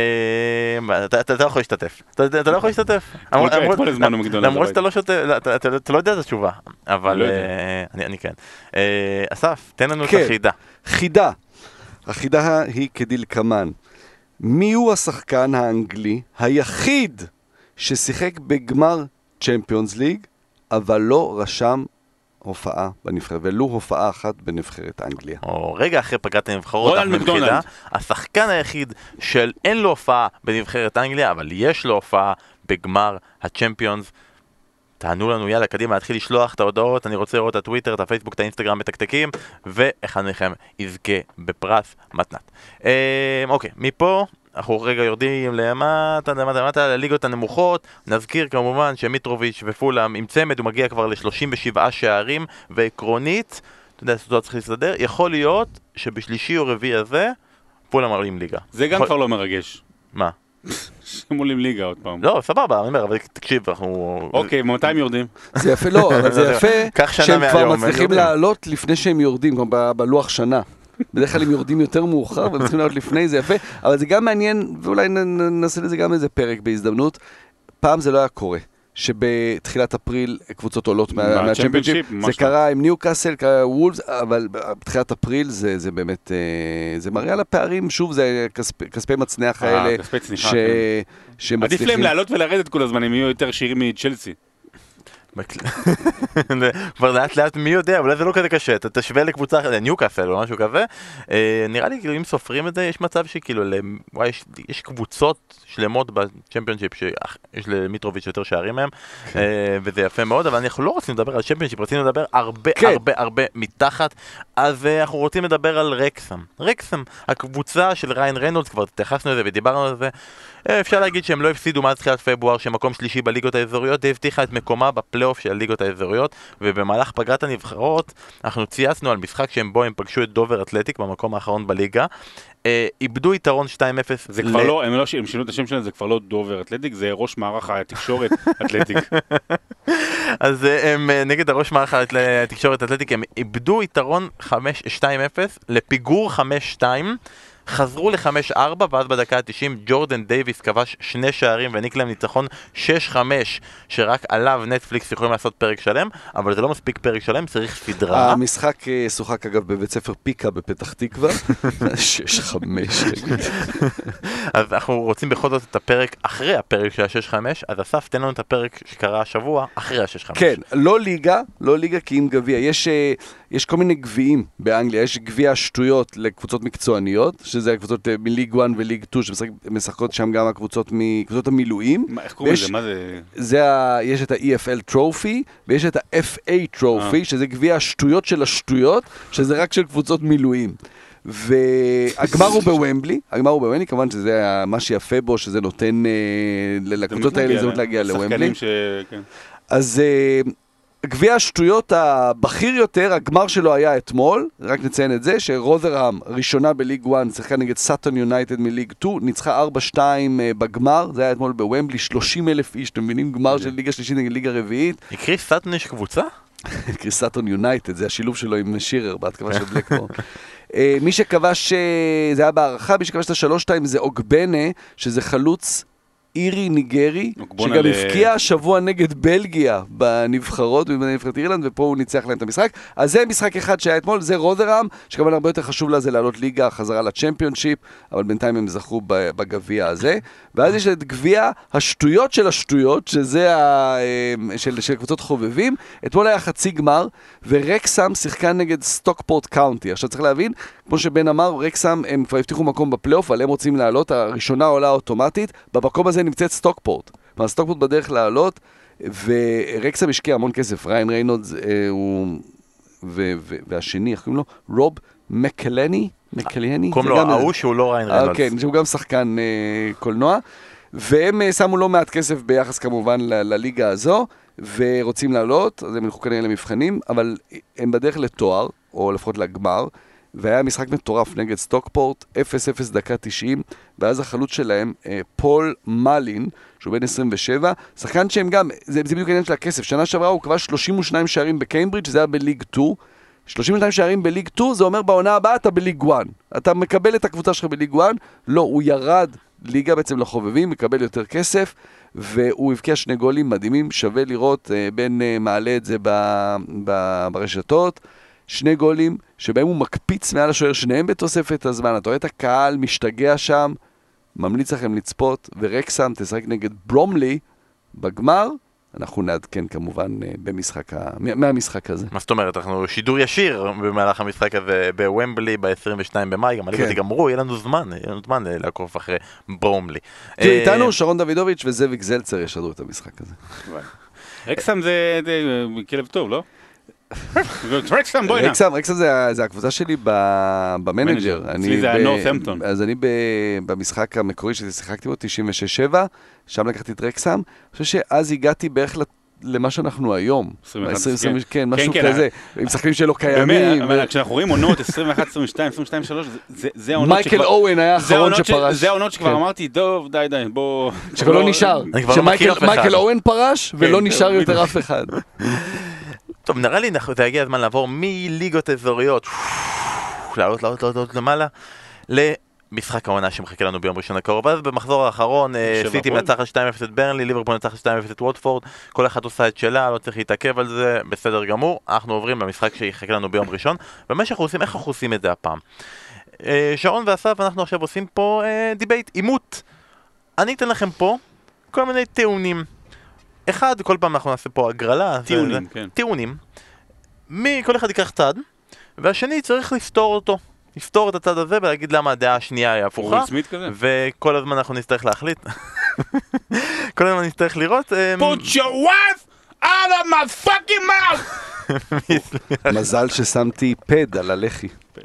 אתה לא יכול להשתתף. אתה לא יכול להשתתף. למרות שאתה לא שותה, אתה לא יודע את התשובה, אבל אני כן. אסף, תן לנו את החידה.
החידה היא כדלקמן. מי הוא השחקן האנגלי היחיד ששיחק בגמר צ'מפיונס ליג, אבל לא רשם הופעה בנבחרת, ולו הופעה אחת בנבחרת אנגליה?
רגע אחרי פגרת הנבחרות, השחקן היחיד של אין לו הופעה בנבחרת אנגליה, אבל יש לו הופעה בגמר הצ'מפיונס. תענו לנו, יאללה, קדימה, להתחיל לשלוח את ההודעות, אני רוצה לראות את הטוויטר, את הפייסבוק, את האינסטגרם מתקתקים, ואחד מכם יזכה בפרס מתנת. אוקיי, מפה אנחנו רגע יורדים למטה, לליגות הנמוכות. נזכיר כמובן שמיטרוביץ' ופולאם עם צמד, הוא מגיע כבר ל-37 שערים, ועקרונית, אתה יודע, זה צריך להסתדר, יכול להיות שבשלישי או רביעי הזה, פולאם עולים ליגה.
זה גם כבר לא מרגש.
מה?
שהם עולים ליגה עוד פעם.
לא, סבבה, אני אומר, אבל תקשיב, אנחנו...
אוקיי, מתי הם יורדים?
זה יפה, לא, אבל זה יפה שהם כבר מצליחים לעלות לפני שהם יורדים, כמו בלוח שנה. בדרך כלל הם יורדים יותר מאוחר, והם צריכים לעלות לפני, זה יפה, אבל זה גם מעניין, ואולי נעשה לזה גם איזה פרק בהזדמנות. פעם זה לא היה קורה, שבתחילת אפריל קבוצות עולות מהצ'מפיונשיפ, זה קרה עם ניוקאסל, קרה וולפס, אבל בתחילת אפריל זה באמת, זה מראה על הפערים, שוב זה כספי מצנח האלה, שמצליחים.
עדיף להם לעלות ולרדת כל הזמן, הם יהיו יותר שירים מצ'לסי.
כבר לאט מי יודע, אולי זה לא כזה קשה, אתה תשווה לקבוצה ניוקאסל או משהו כזה. נראה לי כאילו אם סופרים את זה, יש מצב שכאילו יש קבוצות שלמות בצ'מפיונשיפ שיש למיטרוביץ' יותר שערים מהם, וזה יפה מאוד, אבל אנחנו לא רוצים לדבר על צ'מפיונשיפ, רצינו לדבר הרבה מתחת. אז אנחנו רוצים לדבר על רקסם, הקבוצה של ריין רנולדס, כבר התייחסנו לזה ודיברנו על זה. אפשר להגיד שהם לא הפסידו מאז תחילת פברואר, שמקום שלישי בליגות האזוריות, הבטיחה את מקומה בפלייאוף של הליגות האזוריות, ובמהלך פגרת הנבחרות אנחנו צייצנו על משחק שהם בו הם פגשו את דובר אתלטיק במקום האחרון בליגה, איבדו יתרון 2-0.
זה כבר לא, הם שינו את השם שלהם, זה כבר לא דובר אתלטיק, זה ראש מערך התקשורת אתלטיק.
אז הם נגד הראש מערך התקשורת אתלטיק, הם איבדו יתרון 2-0 לפיגור 5-2, חזרו ל-5-4, ואז בדקה ה-90 ג'ורדן דייביס כבש 2 שערים והעניק להם ניצחון 6-5, שרק עליו נטפליקס יכולים לעשות פרק שלם, אבל זה לא מספיק פרק שלם, צריך סדרה.
המשחק שוחק אגב בבית ספר פיקה בפתח תקווה, 6-5.
אז אנחנו רוצים בכל זאת את הפרק אחרי הפרק של ה-6-5, אז אסף, תן לנו את הפרק שקרה השבוע אחרי ה-6-5.
כן, לא ליגה כי עם גביע, יש כל מיני גביעים באנגליה, יש גביע השטויות לקבוצות מקצועניות, שזה הקבוצות מליג 1 וליג 2, שמשחקות שם גם הקבוצות המילואים.
איך קוראים לזה? מה זה?
יש את ה-EFL טרופי, ויש את ה-FA טרופי, שזה גביע השטויות של השטויות, שזה רק של קבוצות מילואים. והגמר הוא בוומבלי, כמובן שזה מה שיפה בו, שזה נותן לקבוצות האלה הזדמנות להגיע לוומבלי. אז גביע השטויות הבכיר יותר, הגמר שלו היה אתמול, רק נציין את זה, שרות'רהאם ראשונה בליג 1, שיחקה נגד סאטון יונייטד מליג 2, ניצחה 4-2 בגמר, זה היה אתמול בוומבלי, 30,000 איש, אתם מבינים? גמר של ליגה שלישית נגד ליגה רביעית.
קריס סאטון יש קבוצה?
קריס סאטון יונייטד, זה השילוב שלו עם שירר, בהתקפה של בלקמור. מי שכבש, זה היה בהערכה, מי שכבש את ה-3-2 זה אוגבנה, שזה חלוץ אירי ניגרי, שגם הפקיע השבוע נגד בלגיה בנבחרות, בנבחרת אירלנד, ופה הוא ניצח להם את המשחק. אז זה משחק אחד שהיה אתמול, זה רודרהאם, שכמובן הרבה יותר חשוב לה זה לעלות ליגה, חזרה לצ'מפיונשיפ, אבל בינתיים הם זכו בגביע הזה. ואז יש את גביע השטויות של השטויות, שזה של קבוצות חובבים. אתמול היה חצי גמר, ורקסם שיחקה נגד סטוקפורט קאונטי. עכשיו צריך להבין, כמו שבן אמר, רקסם הם כבר הבטיחו מקום בפלייאוף, אבל הם רוצים לעלות, הראשונה עולה אוטומטית, במקום הזה נמצאת סטוקפורט. סטוקפורט בדרך לעלות, ורקסם השקיע המון כסף, ריין ריינולדס והשני, איך קוראים לו? רוב מקלני?
קוראים לו ההוא שהוא לא ריין ריינולדס.
כן, שהוא גם שחקן קולנוע, והם שמו לא מעט כסף ביחס כמובן לליגה הזו, ורוצים לעלות, אז הם הלכו כנראה למבחנים, אבל הם בדרך לתואר, או לפחות לגמר, והיה משחק מטורף נגד סטוקפורט, 0-0 דקה 90, ואז החלוץ שלהם, פול מלין, שהוא בן 27, שחקן שהם גם, זה בדיוק העניין של הכסף, שנה שעברה הוא קבע 32 שערים בקיימברידג', זה היה בליג 2, 32 שערים בליג 2, זה אומר בעונה הבאה אתה בליג 1, אתה מקבל את הקבוצה שלך בליג 1, לא, הוא ירד ליגה בעצם לחובבים, מקבל יותר כסף, והוא הבקיע 2 גולים מדהימים, שווה לראות, בן מעלה את זה ברשתות, 2 גולים שבהם הוא מקפיץ מעל השוער, שניהם בתוספת הזמן, אתה רואה את הקהל משתגע שם, ממליץ לכם לצפות, ורקסם תשחק נגד ברומלי בגמר, אנחנו נעדכן כמובן מהמשחק הזה.
מה זאת אומרת? אנחנו שידור ישיר במהלך המשחק הזה בוומבלי ב-22 במאי, גם הליגות יגמרו, יהיה לנו זמן לעקוב אחרי ברומלי.
איתנו שרון דוידוביץ' וזאביק זלצר ישדרו את המשחק הזה.
רקסם זה כלב טוב, לא? רקסם, בואי נע.
רקסם זה הקבוצה שלי במנג'ר.
אצלי זה הנורת'המפטון.
אז אני במשחק המקורי ששיחקתי בו, 96-7, שם לקחתי את רקסם. אני חושב שאז הגעתי בערך למה שאנחנו היום. 20, כן, משהו כזה. עם שחקנים שלא קיימים.
כשאנחנו רואים עונות 21, 22, 22, 23, זה העונות שכבר...
מייקל אוון היה האחרון שפרש.
זה העונות שכבר אמרתי, טוב, די, בוא...
שכבר לא נשאר. שמייקל אוון פרש ולא נשאר יותר אף אחד.
טוב, נראה לי זה הגיע הזמן לעבור מליגות אזוריות, לעלות למעלה, למשחק העונה שמחכה לנו ביום ראשון הקרוב. אז במחזור האחרון, סיטי מנצחת 2-0 את ברנלי, ליברפול מנצחת 2-0 את ווטפורד, כל אחד עושה את שלה, לא צריך להתעכב על זה, בסדר גמור. אנחנו עוברים למשחק שיחכה לנו ביום ראשון, ומה שאנחנו עושים, איך אנחנו עושים את זה הפעם? שרון ואסף, אנחנו עכשיו עושים פה דיבייט, עימות. אני אתן לכם פה כל מיני טיעונים. אחד, כל פעם אנחנו נעשה פה הגרלה.
טיעונים, כן.
טיעונים. כל אחד ייקח צד, והשני צריך לפתור אותו. לפתור את הצד הזה ולהגיד למה הדעה השנייה היא הפוכה. וכל הזמן אנחנו נצטרך להחליט. כל הזמן נצטרך לראות.
Put your wife out of my fucking mouth!
מזל ששמתי פד על הלחי.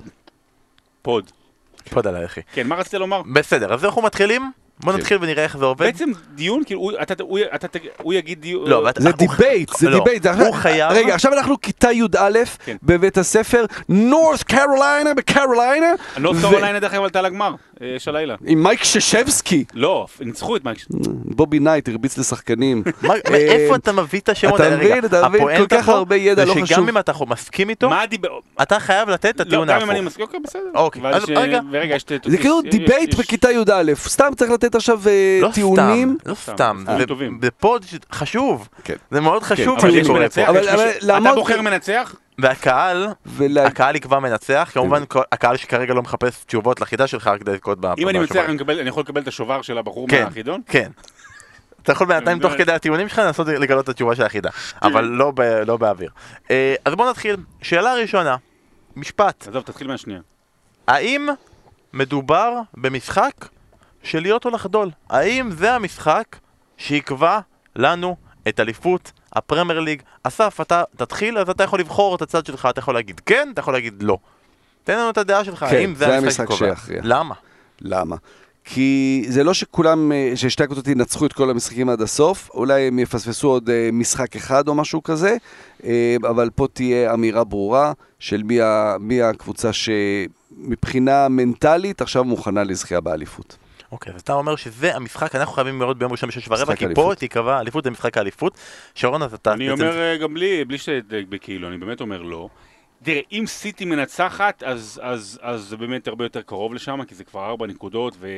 פוד
על הלחי.
כן, מה רצית לומר?
בסדר, אז אנחנו מתחילים. בוא נתחיל ונראה איך זה עובד.
בעצם דיון, כאילו, הוא יגיד דיון...
לא,
זה דיבייט, זה דיבייט.
הוא חייב...
רגע, עכשיו אנחנו כיתה י"א בבית הספר נורת קרוליינה בקרוליינה.
נורת קרוליינה דרך כלל עלתה לגמר של הלילה.
עם מייק ששבסקי.
לא, ניצחו את מייק ששבסקי.
בובי נייט הרביץ לשחקנים.
איפה אתה מביא את השמות האלה?
אתה מבין, כל כך הרבה ידע לא חשוב.
שגם אם אתה מסכים איתו, אתה חייב לתת את הטיעון ההפוך.
לא, גם אם אני מסכים, אוקיי, בסדר.
אוקיי,
זה כאילו דיבייט בכיתה י"א. סתם צריך לתת עכשיו טיעונים.
לא סתם, זה פוד חשוב. זה מאוד חשוב.
אתה בוחר מנצח?
והקהל יקבע מנצח, כמובן הקהל שכרגע לא מחפש תשובות לחידה שלך כדי לקוד בשובר.
אם אני מנצח אני יכול לקבל את השובר של הבחור מהחידון?
כן. אתה יכול בינתיים תוך כדי הטיעונים שלך לנסות לגלות את התשובה של החידה, אבל לא באוויר. אז בואו נתחיל. שאלה ראשונה, משפט.
עזוב, תתחיל מהשנייה.
האם מדובר במשחק של להיות או לחדול? האם זה המשחק שיקבע לנו את אליפות הפרמייר ליג? אסף, אתה תתחיל, אז אתה יכול לבחור את הצד שלך, אתה יכול להגיד כן, אתה יכול להגיד לא. תן לנו את הדעה שלך, האם זה המשחק שקובע? למה?
למה? כי זה לא שכולם, ששתי הקבוצות ינצחו את כל המשחקים עד הסוף, אולי הם יפספסו עוד משחק אחד או משהו כזה, אבל פה תהיה אמירה ברורה של מי הקבוצה שמבחינה מנטלית עכשיו מוכנה לזכייה באליפות.
אוקיי, אז אתה אומר שזה המשחק, אנחנו חייבים לראות ביום ראשון ב6:15, כי פה תיקבע אליפות, זה משחק האליפות. שרון, אז אתה...
אני אומר גם בלי שבכאילו, אני באמת אומר לא. תראה, אם סיטי מנצחת, אז זה באמת הרבה יותר קרוב לשם, כי זה כבר 4 נקודות,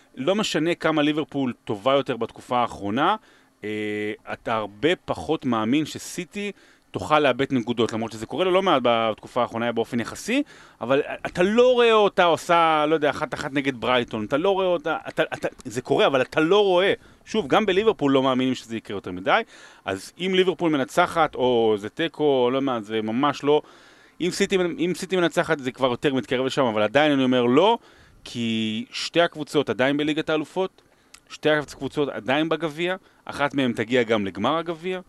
לא משנה כמה ליברפול טובה יותר בתקופה האחרונה, אתה הרבה פחות מאמין שסיטי תוכל לאבד נקודות, למרות שזה קורה לו לא מעט בתקופה האחרונה באופן יחסי, אבל אתה לא רואה אותה עושה, לא יודע, 1-1 נגד ברייטון, אתה לא רואה אותה, זה קורה, אבל אתה לא רואה. שוב, גם בליברפול לא מאמינים שזה יקרה יותר מדי, אז אם ליברפול מנצחת, או זה טקו, לא מעט, זה ממש לא, אם סיטי מנצחת זה כבר יותר מתקרב לשם, אבל עדיין אני אומר לא, כי שתי הקבוצות עדיין בליגת האלופות, שתי הקבוצות עדיין בגביע, אחת מהן תגיע גם לגמר הגביע,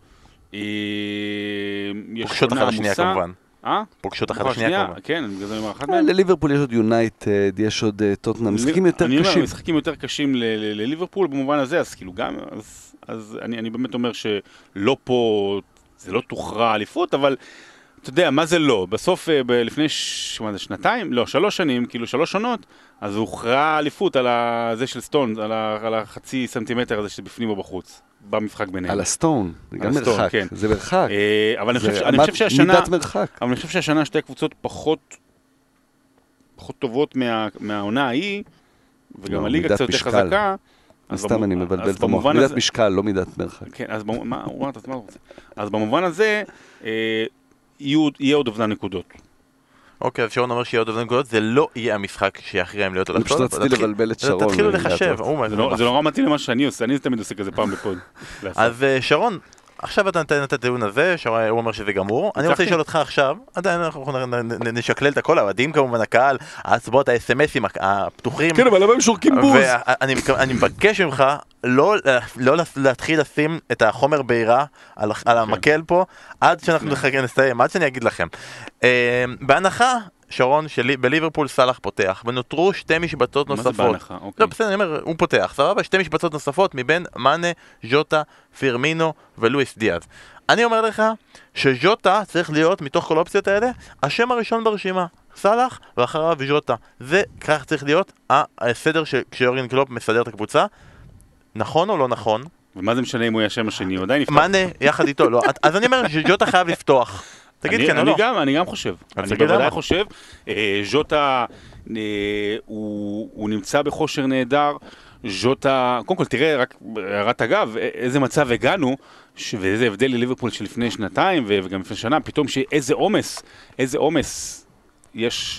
פוגשות אחת השנייה כמובן. פוגשות אחת השנייה כמובן.
כן, אני גזר אומר אחת מהן.
לליברפול יש עוד יונייטד, יש עוד טוטנהאם, משחקים יותר קשים.
אני אומר, משחקים יותר קשים לליברפול במובן הזה, אז כאילו גם, אז אני באמת אומר שלא פה, זה לא תוכרע אליפות, אבל אתה יודע, מה זה לא? בסוף, לפני שנתיים, לא, 3 שנים, כאילו 3 שנות, אז הוא הוכרע אליפות על זה של סטון, על החצי סנטימטר הזה שבפנים או בחוץ, במשחק ביניהם.
על הסטון, זה גם מרחק,
כן.
זה מרחק.
אבל אני חושב שהשנה,
מידת מרחק.
אבל אני חושב שהשנה שתי הקבוצות פחות טובות מהעונה ההיא, וגם הליגה קצת יותר חזקה.
סתם אני מבלבל את המוח, מידת משקל, לא מידת מרחק.
כן, אז במובן הזה, יהיה עוד אובדן נקודות.
אוקיי, אז שרון אומר שיהיה עוד אובדן נקודות, זה לא יהיה המשחק שיכריע אם להיות על הסטון.
אני פשוט רציתי לבלבל את שרון.
תתחילו לחשב.
זה נורא מתאים למה שאני עושה, אני תמיד עושה כזה פעם בפוד.
אז שרון, עכשיו אתה נתן את הטיעון הזה, הוא אומר שזה גמור. אני רוצה לשאול אותך עכשיו, עדיין אנחנו נשקלל את הכל, העדים כמובן, הקהל, ההצבעות, ה-SMSים הפתוחים.
כן, אבל למה הם שורקים בוז?
ואני מבקש ממך לא להתחיל לשים את החומר בעירה על המקל פה, עד שאנחנו נסיים, עד שאני אגיד לכם. בהנחה, שרון, בליברפול סלאח פותח, ונותרו 2 משבצות נוספות.
מה זה בהנחה?
לא, בסדר, אני אומר, הוא פותח, סבבה, 2 משבצות נוספות מבין מאנה, ז'וטה, פירמינו ולואיס דיאז. אני אומר לך שז'וטה צריך להיות, מתוך כל האופציות האלה, השם הראשון ברשימה. סלאח ואחריו ז'וטה. זה כך צריך להיות הסדר כשיורגן קלופ מסדר את הקבוצה. נכון או לא נכון?
ומה זה משנה אם הוא יהיה השם השני? הוא עדיין יפתח.
מאנה יחד איתו, לא. אז אני אומר שז'וטה חייב לפתוח. תגיד כן או לא.
אני גם חושב. אני בוודאי חושב. ז'וטה, הוא נמצא בכושר נהדר. ז'וטה, קודם כל תראה, רק הערת אגב, איזה מצב הגענו, ואיזה הבדל לליברפול של לפני 2 וגם לפני שנה, פתאום שאיזה עומס יש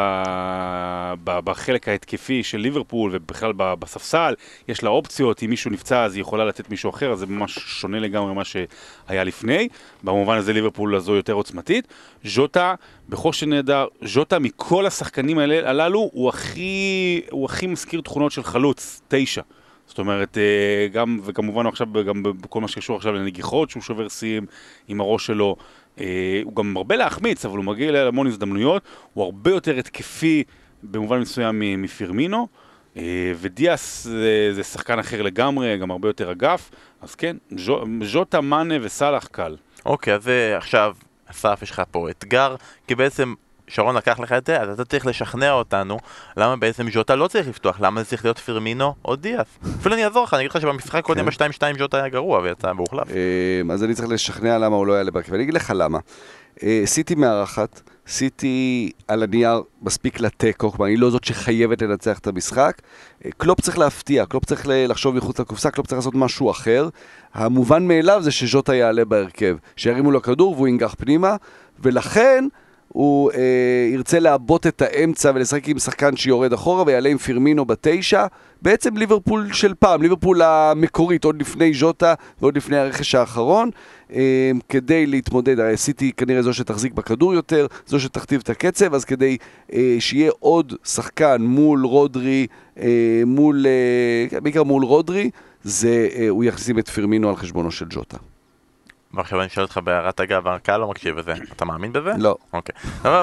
בחלק ההתקפי של ליברפול ובכלל בספסל, יש לה אופציות, אם מישהו נפצע אז היא יכולה לתת מישהו אחר, אז זה ממש שונה לגמרי מה שהיה לפני, במובן הזה ליברפול הזו יותר עוצמתית. ז'וטה בכושר נהדר, ז'וטה מכל השחקנים הללו הוא הכי מזכיר תכונות של חלוץ, 9. זאת אומרת, גם, וכמובן עכשיו, גם בכל מה שקשור עכשיו לנגיחות, שהוא שובר שיאים עם הראש שלו, הוא גם מרבה להחמיץ, אבל הוא מגיע להמון הזדמנויות, הוא הרבה יותר התקפי במובן מסוים מפירמינו, ודיאס זה שחקן אחר לגמרי, גם הרבה יותר אגף, אז כן, ז'וטה, מאנה וסלאח קל.
אוקיי, אז עכשיו, אסף, יש לך פה אתגר, כי בעצם שרון לקח לך את זה, אז אתה צריך לשכנע אותנו למה בעצם ז'וטה לא צריך לפתוח, למה זה צריך להיות פירמינו או דיאס. אפילו אני אעזור לך, אני אגיד לך שבמשחק קודם ב-2-2 ז'וטה היה גרוע ויצא בהוחלף.
אז אני צריך לשכנע למה הוא לא היה לברכב, ואני אגיד לך למה. סיטי מארחת, סיטי על הנייר מספיק לטקו, כלומר היא לא זאת שחייבת לנצח את המשחק. קלופ צריך להפתיע, קלופ צריך לחשוב מחוץ לקופסה, קלופ צריך לעשות משהו אחר. המובן מאליו זה שז'וטה יעלה בהרכב, שירימו לו כדור והוא ינגח פנימה, ולכן הוא ירצה לעבות את האמצע ולשחק עם שחקן שיורד אחורה ויעלה עם פירמינו ב9, בעצם ליברפול של פעם, ליברפול המקורית, עוד לפני ז'וטה ועוד לפני הרכש האחרון, כדי להתמודד, סיטי כנראה זו שתחזיק בכדור יותר, זו שתכתיב את הקצב, אז כדי שיהיה עוד שחקן מול רודרי, בעיקר מול רודרי, הוא יחזים את פירמינו על חשבונו של ז'וטה.
ועכשיו אני שואל אותך בהערת אגב, הקהל לא מקשיב בזה. אתה מאמין בזה?
לא.
אוקיי.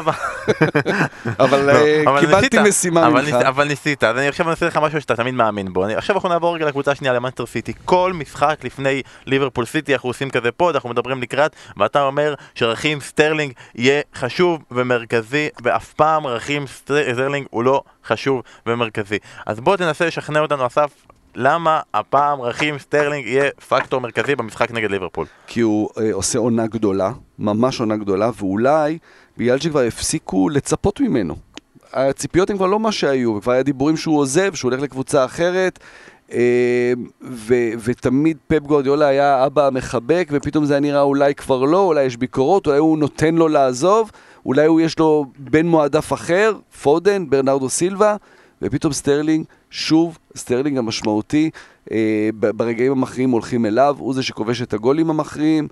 אבל קיבלתי משימה ממך.
אבל ניסית, אז אני עכשיו אנסה לך משהו שאתה תמיד מאמין בו. עכשיו אנחנו נעבור רגע לקבוצה השנייה למנצ'סטר סיטי. כל משחק לפני ליברפול סיטי אנחנו עושים כזה פוד, אנחנו מדברים לקראת, ואתה אומר שרכים סטרלינג יהיה חשוב ומרכזי, ואף פעם רכים סטרלינג הוא לא חשוב ומרכזי. אז בוא תנסה לשכנע אותנו, אסף, למה הפעם רכים סטרלינג יהיה פקטור מרכזי במשחק נגד ליברפול?
כי הוא עושה עונה גדולה, ממש עונה גדולה, ואולי בגלל שכבר הפסיקו לצפות ממנו. הציפיות הן כבר לא מה שהיו, וכבר היה דיבורים שהוא עוזב, שהוא הולך לקבוצה אחרת, ותמיד פפ גוארדיולה היה אבא המחבק, ופתאום זה נראה אולי כבר לא, אולי יש ביקורות, אולי הוא נותן לו לעזוב, אולי הוא יש לו בן מועדף אחר, פודן, ברנרדו סילבה, ופתאום סטרלינג, שוב, סטרלינג המשמעותי, ברגעים המכריעים הולכים אליו, הוא זה שכובש את הגולים המכריעים,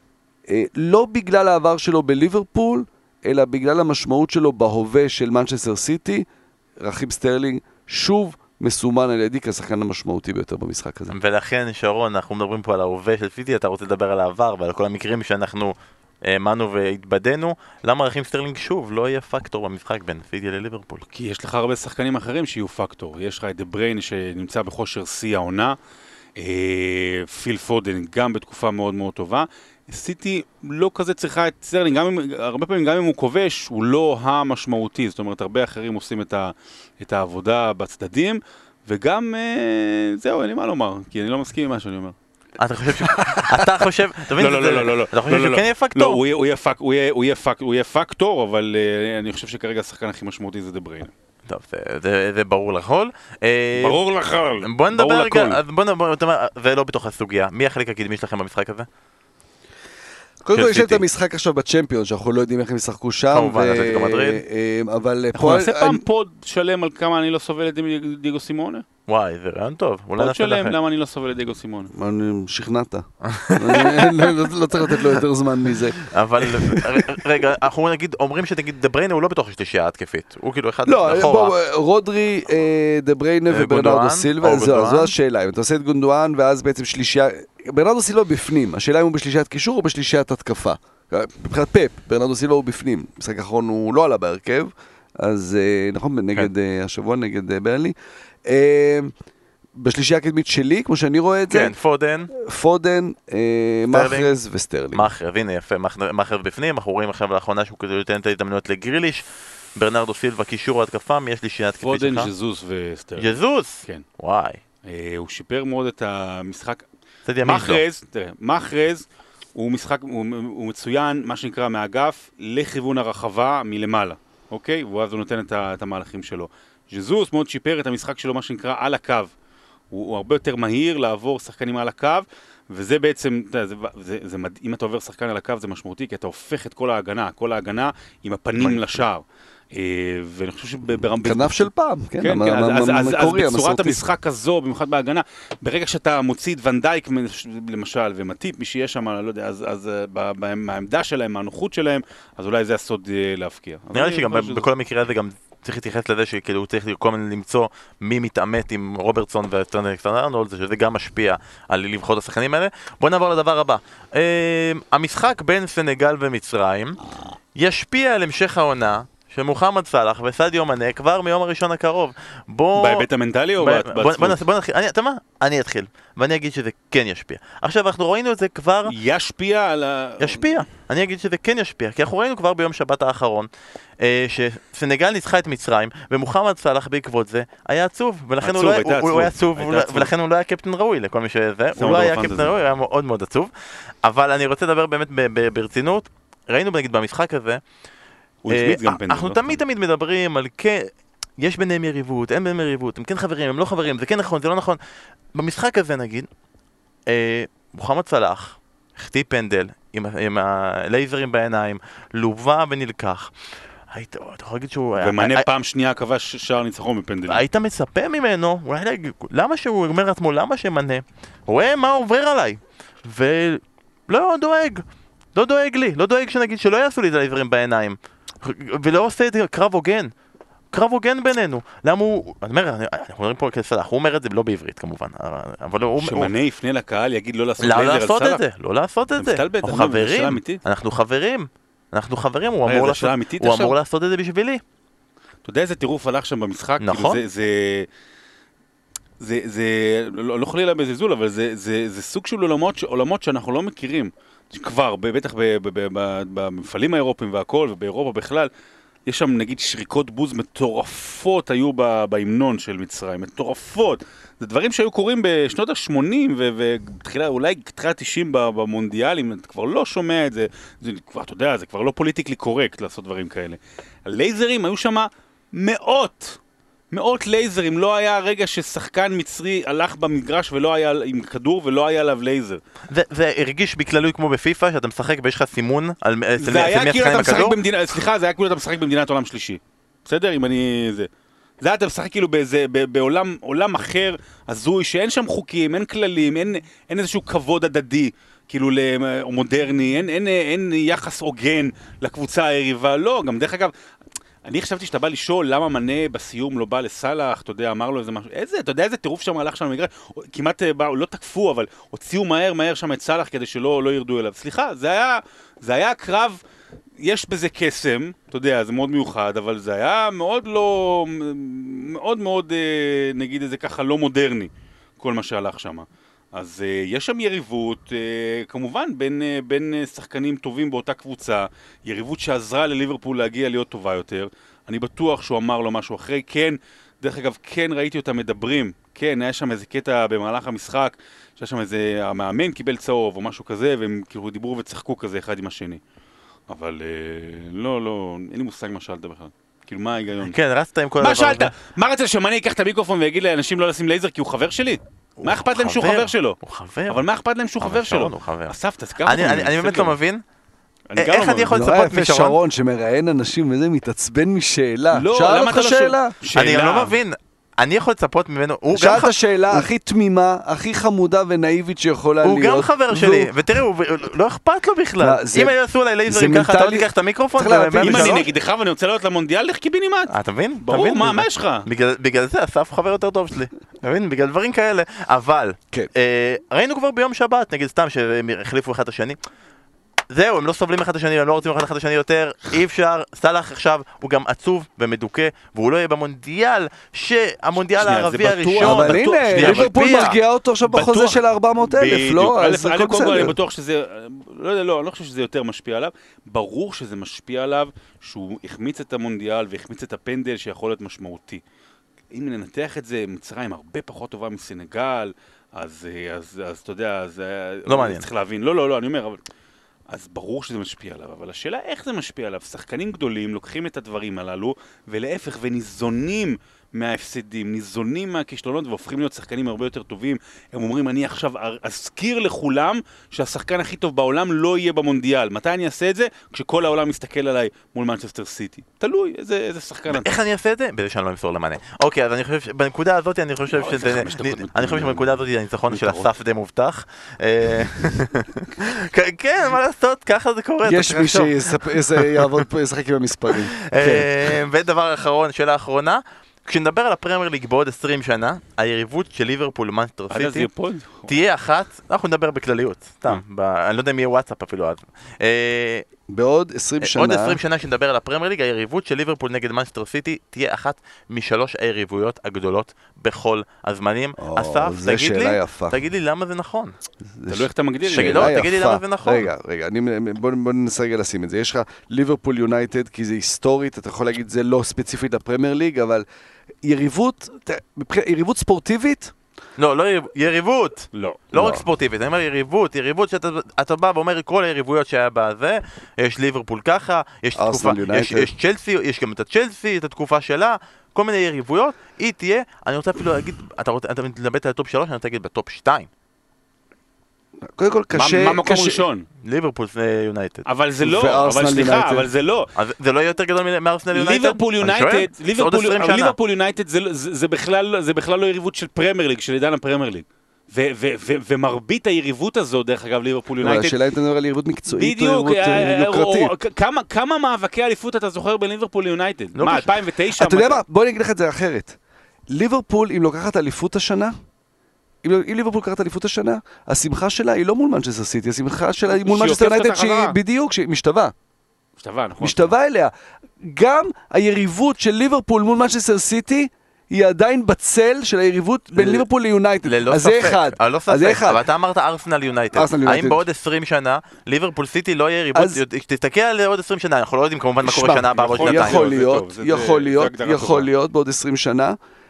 לא בגלל העבר שלו בליברפול, אלא בגלל המשמעות שלו בהווה של מנצ'סטר סיטי, רכים סטרלינג שוב מסומן על ידי כשחקן המשמעותי ביותר במשחק הזה.
ולכן, שרון, אנחנו מדברים פה על ההווה של סיטי, אתה רוצה לדבר על העבר ועל כל המקרים שאנחנו האמנו והתבדנו, למה רכים סטרלינג שוב לא יהיה פקטור במשחק בין סיטי לליברפול?
כי יש לך הרבה שחקנים אחרים שיהיו פקטור. יש לך את דה בריין שנמצא בכושר שיא העונה, פיל פודן גם בתקופה מאוד מאוד טובה. סיטי לא כזה צריכה את סטרלינג, הרבה פעמים גם אם הוא כובש, הוא לא המשמעותי, זאת אומרת, הרבה אחרים עושים את העבודה בצדדים, וגם, זהו, אין לי מה לומר, כי אני לא מסכים עם מה שאני אומר.
אתה חושב, אתה מבין?
לא,
אתה חושב שהוא כן יהיה פקטור?
לא, הוא יהיה פקטור, אבל אני חושב שכרגע השחקן הכי משמעותי זה דה בריין.
טוב, זה ברור לכל.
ברור לכל.
בוא נדבר רגע, זה לא בתוך הסוגיה. מי החלק הקדמי שלכם במשחק הזה?
קודם כל יש את המשחק עכשיו בצ'מפיון, שאנחנו לא יודעים איך הם ישחקו שם.
כמובן, אתלטיקו מדריד.
אבל
אנחנו נעשה פעם פוד שלם על כמה אני לא סובל את דיגו סימונה.
וואי, זה רעיון טוב.
פוד שלם למה אני לא סובל את דיגו סימונה.
שכנעת. לא צריך לתת לו יותר זמן מזה.
אבל רגע, אנחנו אומרים שתגיד דה בריינה הוא לא בתוך שלישייה התקפית. הוא כאילו אחד
אחורה.
לא,
רודרי, דה בריינה וברנרדו סילבה, זו השאלה. אם אתה עושה את גונדואן ואז בעצם שלישייה... ברנרדו סילבה בפנים, השאלה אם הוא בשלישיית קישור או בשלישיית התקפה. מבחינת פפ, ברנרדו סילבה הוא בפנים. משחק האחרון הוא לא עלה בהרכב, אז נכון, נגד השבוע, נגד ברנלי. בשלישייה הקדמית שלי, כמו שאני רואה את זה.
כן,
פודן, מחרז וסטרלינג.
מחרז, הנה יפה, מחרז בפנים, אנחנו רואים עכשיו לאחרונה שהוא כזה נותן את ההזדמנויות לגריליש. ברנרדו סילבה, קישור התקפה, מי יש שלישיית התקפית שלך?
פודן, ז'זוס וסטרלינג.
ז'זוס?
כן.
וואי.
הוא שיפר מאוד את המשחק.
מחרז
הוא משחק, הוא מצוין, מה שנקרא, מהאגף לכיוון הרחבה מלמעלה, אוקיי? ואז הוא נותן את המהלכים שלו. ז'זוס מאוד שיפר את המשחק שלו, מה שנקרא, על הקו. הוא הרבה יותר מהיר לעבור שחקנים על הקו, וזה בעצם, אם אתה עובר שחקן על הקו זה משמעותי, כי אתה הופך את כל ההגנה עם הפנים לשער. ואני חושב
כנף של פעם, כן,
אז בצורת המשחק הזו, במיוחד בהגנה, ברגע שאתה מוציא את ונדייק למשל, ומטיפ, מי שיש שם, לא יודע, אז מהעמדה שלהם, מהנוחות שלהם, אז אולי זה הסוד להפקיע.
נראה לי שגם בכל המקרה הזה גם צריך להתייחס לזה שכאילו הוא צריך כל מיני למצוא מי מתאמת עם רוברטסון ואלכסנדר-ארנולד, שזה גם משפיע על לבחור את השחקנים האלה. בואו נעבור לדבר הבא. המשחק בין סנגל ומצרים ישפיע על המשך העונה של מוחמד סלאח וסדיו מנה כבר מיום הראשון הקרוב.
בהיבט המנטלי או בעצמות?
בוא נתחיל, אתה מה? אני אתחיל, ואני אגיד שזה כן ישפיע. עכשיו אנחנו ראינו את זה כבר...
ישפיע על
ישפיע, אני אגיד שזה כן ישפיע, כי אנחנו ראינו כבר ביום שבת האחרון שסנגל ניצחה את מצרים, ומוחמד סלאח בעקבות זה היה עצוב, ולכן הוא היה עצוב, ולכן הוא לא היה קפטן ראוי לכל מי שזה, הוא לא היה קפטן ראוי, היה מאוד מאוד עצוב. אבל אני רוצה לדבר באמת ברצינות, ראינו נגיד במשחק הזה, אנחנו תמיד מדברים על יש ביניהם יריבות, אין ביניהם יריבות, הם כן חברים, הם לא חברים, זה כן נכון, זה לא נכון. במשחק הזה נגיד, מוחמד סלאח החטיא פנדל עם הלייזרים בעיניים, לובה ונלקח. אתה יכול להגיד שהוא...
ומנה פעם שנייה כבש שער ניצחון בפנדלים.
היית מצפה ממנו, אולי להגיד, למה שהוא אומר לעצמו, למה שמנה? רואה מה עובר עליי, ולא דואג, לא דואג שנגיד שלא יעשו לי את הלייזרים בעיניים. ולא עושה את קרב הוגן בינינו. למה הוא... אני אומר, אנחנו מדברים פה כסלאח, הוא אומר את זה לא בעברית כמובן, אבל הוא...
שמנה יפנה לקהל, יגיד לא לעשות לייזר על סלאח?
לא לעשות את זה. אנחנו חברים, הוא אמור לעשות את זה בשבילי.
אתה יודע איזה טירוף הלך שם במשחק?
נכון.
זה לא חלילה בזלזול, אבל זה סוג של עולמות שאנחנו לא מכירים. כבר, בטח במפעלים האירופיים והכל, ובאירופה בכלל, יש שם נגיד שריקות בוז מטורפות היו בהמנון של מצרים, מטורפות. זה דברים שהיו קורים בשנות ה-80 ובתחילה, אולי תחילת 90 במונדיאלים, אתה כבר לא שומע את זה, אתה יודע, זה כבר לא פוליטיקלי קורקט לעשות דברים כאלה. הלייזרים היו שם מאות לייזרים, לא היה רגע ששחקן מצרי הלך במגרש ולא היה עם כדור ולא היה עליו לייזר.
זה הרגיש בכללוי כמו בפיפה, שאתה משחק ויש לך סימון על מי
סליחה, זה היה כאילו אתה משחק במדינת עולם שלישי. בסדר? אם אני... זה היה אתה משחק כאילו בעולם אחר, הזוי, שאין שם חוקים, אין כללים, אין איזשהו כבוד הדדי, כאילו מודרני, אין יחס הוגן לקבוצה היריבה, לא, גם דרך אגב, אני חשבתי שאתה בא לשאול למה מנה בסיום לא בא לסלח, אתה יודע, אמר לו איזה משהו, אתה יודע איזה טירוף שם הלך שם במגרש, כמעט לא תקפו, אבל הוציאו מהר שם את סלח כדי שלא ירדו אליו. סליחה, זה היה קרב, יש בזה קסם, אתה יודע, זה מאוד מיוחד, אבל זה היה מאוד, נגיד איזה ככה, לא מודרני, כל מה שהלך שם. אז יש שם יריבות, כמובן, בין שחקנים טובים באותה קבוצה, יריבות שעזרה לליברפול להגיע להיות טובה יותר. אני בטוח שהוא אמר לו משהו אחרי, כן, דרך אגב, כן ראיתי אותם מדברים, כן, היה שם איזה קטע במהלך המשחק, שהיה שם איזה, המאמן קיבל צהוב או משהו כזה, והם כאילו דיברו וצחקו כזה אחד עם השני. אבל לא, אין לי מושג מה שאלת בכלל. כאילו, מה ההיגיון?
כן, רצת עם כל הדבר
הזה. מה שאלת? מה רצה שמאני ייקח את המיקרופון ויגיד לאנשים לא לשים לייזר כי הוא חבר שלי? מה אכפת להם שהוא חבר שלו?
הוא חבר.
אבל מה אכפת להם שהוא חבר שלו? אסף, תזכר אותו.
אני באמת לא מבין. איך אני יכול לצפות משרון?
שרון שמראיין אנשים וזה מתעצבן משאלה. שאל אותך שאלה?
אני לא מבין. אני יכול לצפות ממנו,
שאלת השאלה הכי תמימה, הכי חמודה ונאיבית שיכולה להיות.
הוא גם חבר שלי, ותראו, לא אכפת לו בכלל. אם היו עשו עליי לייזרים ככה, אתה לא תיקח את המיקרופון?
אם אני נגדך ואני רוצה לעלות למונדיאל, לך קיבינימט.
אתה מבין?
ברור, מה יש לך?
בגלל זה אסף חבר יותר טוב שלי. אתה מבין? בגלל דברים כאלה. אבל, ראינו כבר ביום שבת, נגיד סתם, שהחליפו אחד השני. זהו, הם לא סובלים אחד השני, הם לא רוצים אחד השני יותר, אי אפשר, סלח עכשיו הוא גם עצוב ומדוכא, והוא לא יהיה במונדיאל, שהמונדיאל הערבי הראשון,
אבל הנה, ליברפול מרגיעה אותו עכשיו בחוזה של 400,000, לא? אז הכל בסדר.
אני בטוח שזה, לא, אני לא חושב שזה יותר משפיע עליו, ברור שזה משפיע עליו, שהוא החמיץ את המונדיאל והחמיץ את הפנדל שיכול להיות משמעותי. אם ננתח את זה, מצרים הרבה פחות טובה מסנגל, אז אתה יודע,
לא מעניין.
צריך להבין, לא, אני אומר, אבל... אז ברור שזה משפיע עליו, אבל השאלה איך זה משפיע עליו. שחקנים גדולים לוקחים את הדברים הללו, ולהפך, וניזונים מההפסדים, ניזונים מהכישלונות, והופכים להיות שחקנים הרבה יותר טובים. הם אומרים, אני עכשיו אזכיר לכולם שהשחקן הכי טוב בעולם לא יהיה במונדיאל. מתי אני אעשה את זה? כשכל העולם מסתכל עליי מול מנצ'סטר סיטי. תלוי איזה שחקן.
איך אני אעשה את זה? בזה שאני לא אמסור למנה. אוקיי, אז אני חושב שבנקודה הזאת, אני חושב שבנקודה הזאת הניצחון של אסף די מובטח. כן, מה לעשות? ככה זה קורה.
יש מי שיעבוד פה, ישחק עם המספרים.
ודבר אחרון, שאלה האחרונה, כשנדבר על הפרמייר ליג בעוד 20 שנה, היריבות של ליברפול ומנצ'סטר סיטי תהיה אחת, אנחנו נדבר בכלליות, סתם, אני לא יודע אם יהיה וואטסאפ אפילו אז.
בעוד 20 שנה...
עוד 20 שנה שנדבר על הפרמייר ליג, היריבות של ליברפול נגד מנצ'סטר סיטי תהיה אחת משלוש היריבויות הגדולות בכל הזמנים. אסף, תגיד לי למה זה נכון.
תלוי איך אתה מגדיר.
תגיד לי למה זה נכון.
רגע, בוא ננסה רגע לשים את זה. יש לך ליברפול יונייטד, כי זה היסטורית, אתה יכול להגיד זה לא ספציפית לפרמייר ליג, אבל יריבות ספורטיבית,
לא יריבות.
לא
רק ספורטיבית, אני אומר יריבות שאתה בא ואומר כל היריבויות שהיה בזה, יש ליברפול ככה, יש צ'לסי, יש גם את הצ'לסי, את התקופה שלה, כל מיני יריבויות, היא תהיה, אני רוצה אפילו להגיד, אתה מתלבט על הטופ 3, אני רוצה להגיד בטופ 2.
קודם כל קשה...
מה מקום ראשון?
ליברפול יונייטד.
אבל זה לא, אבל סליחה, אבל זה לא.
זה לא יהיה יותר גדול מארסנל יונייטד?
ליברפול יונייטד זה בכלל לא יריבות של פרמייר ליג, של עידן הפרמייר ליג. ומרבית היריבות הזו, דרך אגב, ליברפול יונייטד...
השאלה הייתה נראה על יריבות מקצועית או יריבות יוקרתית.
כמה מאבקי אליפות אתה זוכר בליברפול יונייטד? מה, 2009?
אתה יודע מה? בוא נגיד לך את זה אחרת. ליברפול, אם לוקחת אליפות השנה, אם ליברפול קראת אליפות השנה, השמחה שלה היא לא מול מנצ'סטר סיטי, השמחה שלה היא מול מנצ'סטר יונייטד שהיא בדיוק, שהיא משתווה. משתווה אליה. גם היריבות של ליברפול מול מנצ'סטר סיטי, היא עדיין בצל של היריבות בין ליברפול ליונייטד. אז זה אחד.
לא ספק, אבל אתה אמרת ארסנל יונייטד. האם בעוד 20 שנה ליברפול סיטי לא יהיה יריבות? תסתכל על עוד 20 שנה, אנחנו לא יודעים כמובן מה קורה שנה הבאה בעוד שנתיים.
יכול להיות בעוד 20 שנה.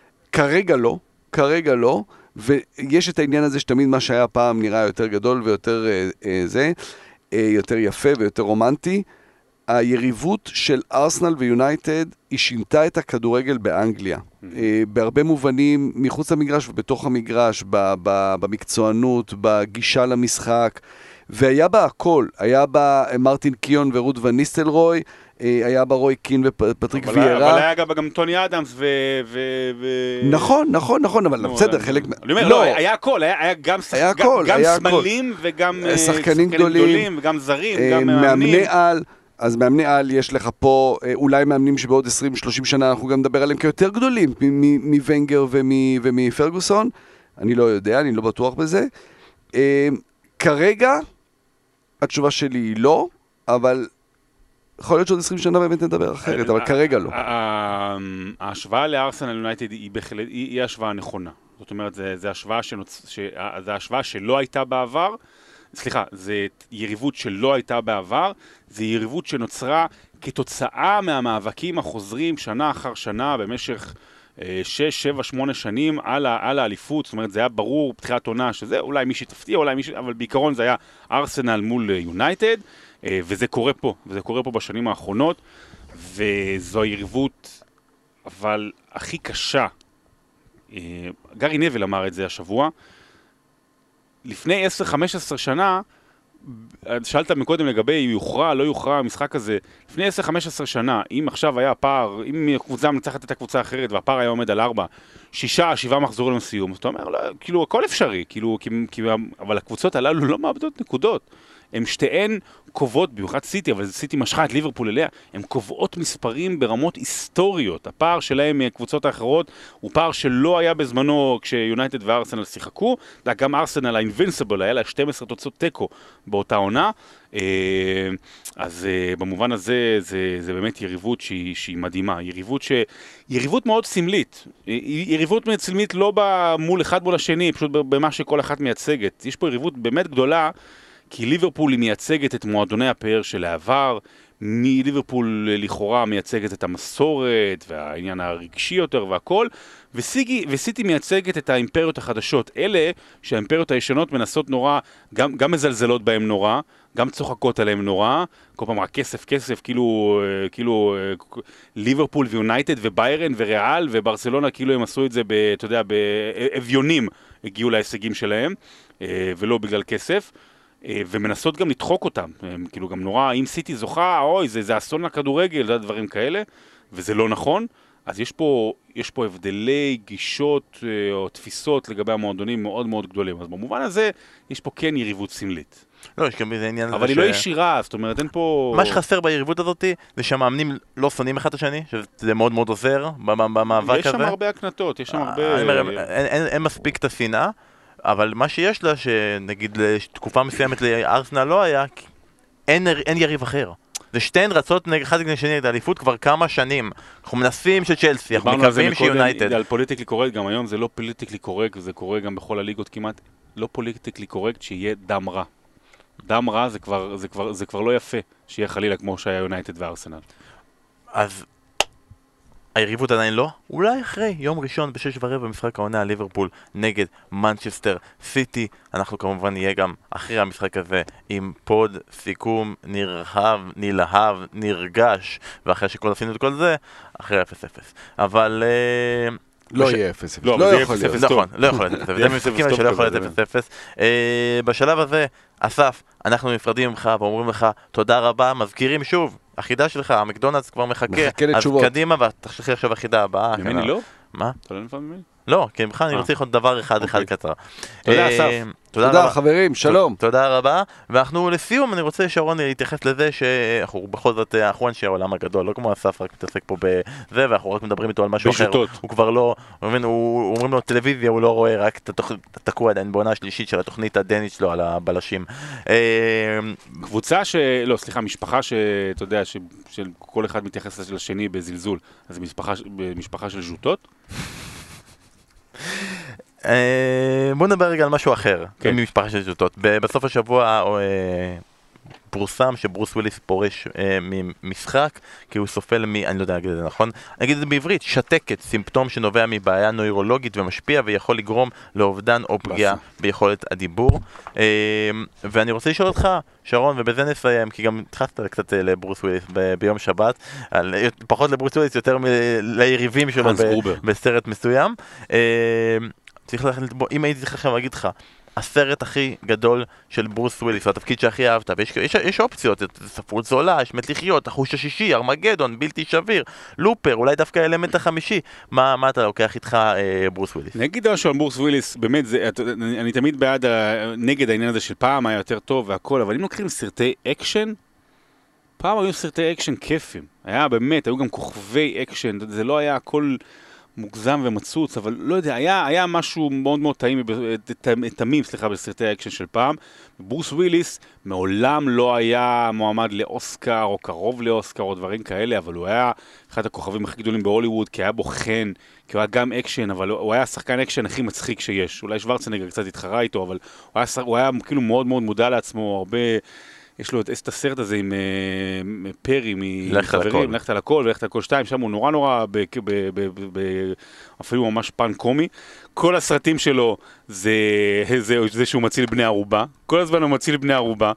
כרגע לא. ויש את העניין הזה שתמיד מה שהיה פעם נראה יותר גדול ויותר יותר יפה ויותר רומנטי. היריבות של ארסנל ויונייטד היא שינתה את הכדורגל באנגליה. בהרבה מובנים, מחוץ למגרש ובתוך המגרש, במקצוענות, בגישה למשחק, והיה בה הכל. היה בה מרטין קיון ורות ון ניסטלרוי, היה בה רוי קין ופטריק ויירה.
אבל היה גם טוני אדמס
נכון, אבל בסדר, חלק...
אני אומר, לא, היה הכל, היה גם סמלים וגם
שחקנים גדולים,
וגם זרים, גם מאמנים.
אז מאמני על יש לך פה אולי מאמנים שבעוד 20-30 שנה אנחנו גם נדבר עליהם כיותר גדולים מוונגר ומפרגוסון. אני לא יודע, אני לא בטוח בזה. כרגע התשובה שלי היא לא, אבל יכול להיות שעוד 20 שנה באמת נדבר אחרת, אבל כרגע לא.
ההשוואה לארסנל יונייטד היא השוואה נכונה. זאת אומרת, זה השוואה שלא הייתה בעבר. סליחה, זה יריבות שלא הייתה בעבר, זה יריבות שנוצרה כתוצאה מהמאבקים החוזרים שנה אחר שנה במשך 6, 7, 8 שנים על האליפות. זאת אומרת, זה היה ברור בתחילת עונה שזה אולי מישהי תפתיע, אבל בעיקרון זה היה ארסנל מול יונייטד, וזה קורה פה בשנים האחרונות, וזו היריבות אבל הכי קשה. גארי נבל אמר את זה השבוע, לפני 10-15 שנה, שאלת מקודם לגבי אם יוכרע, לא יוכרע המשחק הזה, לפני 10-15 שנה, אם עכשיו היה פער, אם קבוצה מנצחת את הקבוצה האחרת והפער היה עומד על 4, 6-7 מחזורים לסיום, אז אתה אומר, לא, כאילו הכל אפשרי, כאילו, אבל הקבוצות הללו לא מאבדות נקודות. הם שתיהן קובעות, במיוחד סיטי, אבל סיטי משכה את ליברפול אליה, הם קובעות מספרים ברמות היסטוריות. הפער שלהם מהקבוצות האחרות הוא פער שלא היה בזמנו כשיונייטד וארסנל שיחקו, גם ארסנל האינבינסיבל היה לה 12 תוצאות טקו באותה עונה, אז במובן הזה זה באמת יריבות שהיא מדהימה, יריבות מאוד סמלית, יריבות סמלית לא מול אחד מול השני, פשוט במה שכל אחת מייצגת. יש פה יריבות באמת גדולה, כי ליברפול היא מייצגת את מועדוני הפאר של העבר, מליברפול לכאורה מייצגת את המסורת והעניין הרגשי יותר והכל, וסיטי מייצגת את האימפריות החדשות, אלה שהאימפריות הישנות מנסות נורא, גם מזלזלות בהם נורא, גם צוחקות עליהם נורא, כל פעם רק כסף, כאילו ליברפול ויונייטד וביירן וריאל וברצלונה, כאילו הם עשו את זה, אתה יודע, באביונים הגיעו להישגים שלהם, ולא בגלל כסף. ומנסות גם לדחוק אותם, כאילו גם נורא, אם סיטי זוכה, אוי, זה אסון לכדורגל, זה דברים כאלה, וזה לא נכון. אז יש פה הבדלי גישות או תפיסות לגבי המועדונים מאוד מאוד גדולים, אז במובן הזה יש פה כן יריבות סמלית.
לא, יש גם איזה עניין הזה
אבל היא לא ישירה, זאת אומרת, אין פה...
מה שחסר ביריבות הזאת זה שהמאמנים לא שונאים אחד את השני, שזה מאוד מאוד עוזר במאבק הזה.
יש שם הרבה הקנטות, יש שם הרבה...
אין מספיק את השנאה, אבל מה שיש לה, שנגיד לתקופה מסוימת לארסנל לא היה, אין יריב אחר. זה שתיהן רצות אחד נגד השני את האליפות כבר כמה שנים. אנחנו מנסים שצ'לסי, אנחנו מקווים שיונייטד.
על פוליטיקלי קורקט, גם היום זה לא פוליטיקלי קורקט, זה קורה גם בכל הליגות כמעט, לא פוליטיקלי קורקט שיהיה דם רע. דם רע זה כבר לא יפה שיהיה חלילה כמו שהיה יונייטד וארסנל.
אז היריבות עדיין לא? אולי אחרי יום ראשון ב6:15 במשחק העונה ליברפול נגד מנצ'סטר סיטי. אנחנו כמובן נהיה גם אחרי המשחק הזה עם פוד סיכום נרהב, נלהב, נרגש, ואחרי שכל עשינו את כל זה, אחרי 0-0. אבל...
לא יהיה 0-0. לא יכול להיות.
נכון, לא יכול להיות 0-0. זה משחקים שלא יכול להיות 0-0. בשלב הזה, אסף, אנחנו נפרדים ממך ואומרים לך תודה רבה, מזכירים שוב, החידה שלך, המקדונלדס כבר מחכה, אז קדימה ותחשכי עכשיו החידה הבאה.
ממני לא?
מה?
אתה לא נפרד ממני?
לא, כי ממך אני רוצה לראות דבר אחד קצר.
תודה אסף. תודה חברים, שלום.
תודה רבה, ואנחנו לסיום, אני רוצה שרון להתייחס לזה שאנחנו בכל זאת האחרון שהעולם הגדול, לא כמו אסף רק מתעסק פה בזה, ואנחנו רק מדברים איתו על משהו אחר, הוא כבר לא, אומרים לו טלוויזיה, הוא לא רואה רק תקוע עדיין בעונה השלישית של התוכנית הדנית שלו על הבלשים.
קבוצה לא, סליחה, משפחה שאתה יודע, שכל אחד מתייחס לשני בזלזול, אז משפחה של ז'וטות?
בוא נדבר רגע על משהו אחר, ממשפחה של ז'וטות. בסוף השבוע פורסם שברוס וויליס פורש ממשחק, כי הוא סופל אני לא יודע להגיד את זה נכון, נגיד את זה בעברית, שתקת, סימפטום שנובע מבעיה נוירולוגית ומשפיע ויכול לגרום לאובדן או פגיעה ביכולת הדיבור. ואני רוצה לשאול אותך, שרון, ובזה נסיים, כי גם התחלת קצת לברוס וויליס ביום שבת, פחות לברוס וויליס, יותר ליריבים שלו בסרט מסוים. צריך להחליט בו, אם הייתי צריך לכם להגיד לך, הסרט הכי גדול של ברוס וויליס, התפקיד שהכי אהבת, ויש אופציות, ספרות זולה, יש מת לחיות, החוש השישי, ארמגדון, בלתי שביר, לופר, אולי דווקא האלמנט החמישי, מה אתה לוקח איתך ברוס וויליס?
נגיד משהו על ברוס וויליס, באמת, אני תמיד בעד, נגד העניין הזה של פעם היה יותר טוב והכל, אבל אם לוקחים סרטי אקשן, פעם היו סרטי אקשן כיפים, היה באמת, היו גם כוכבי אקשן, זה לא היה הכל מוגזם ומצוץ, אבל לא יודע, היה משהו מאוד מאוד תמים, בסרטי האקשן של פעם. ברוס וויליס מעולם לא היה מועמד לאוסקר, או קרוב לאוסקר, או דברים כאלה, אבל הוא היה אחד הכוכבים הכי גדולים בהוליווד, כי היה בו חן, כי הוא היה גם אקשן, אבל הוא היה השחקן אקשן הכי מצחיק שיש. אולי שוורצנגר קצת התחרה איתו, אבל הוא היה כאילו מאוד מאוד מודע לעצמו, הרבה... יש לו את הסרט הזה עם פרי מחברים, לכת על הכל ולכת על הכל 2, שם הוא נורא אפילו ממש פן קומי. כל הסרטים שלו זה שהוא מציל בני ערובה, כל הזמן הוא מציל בני ערובה.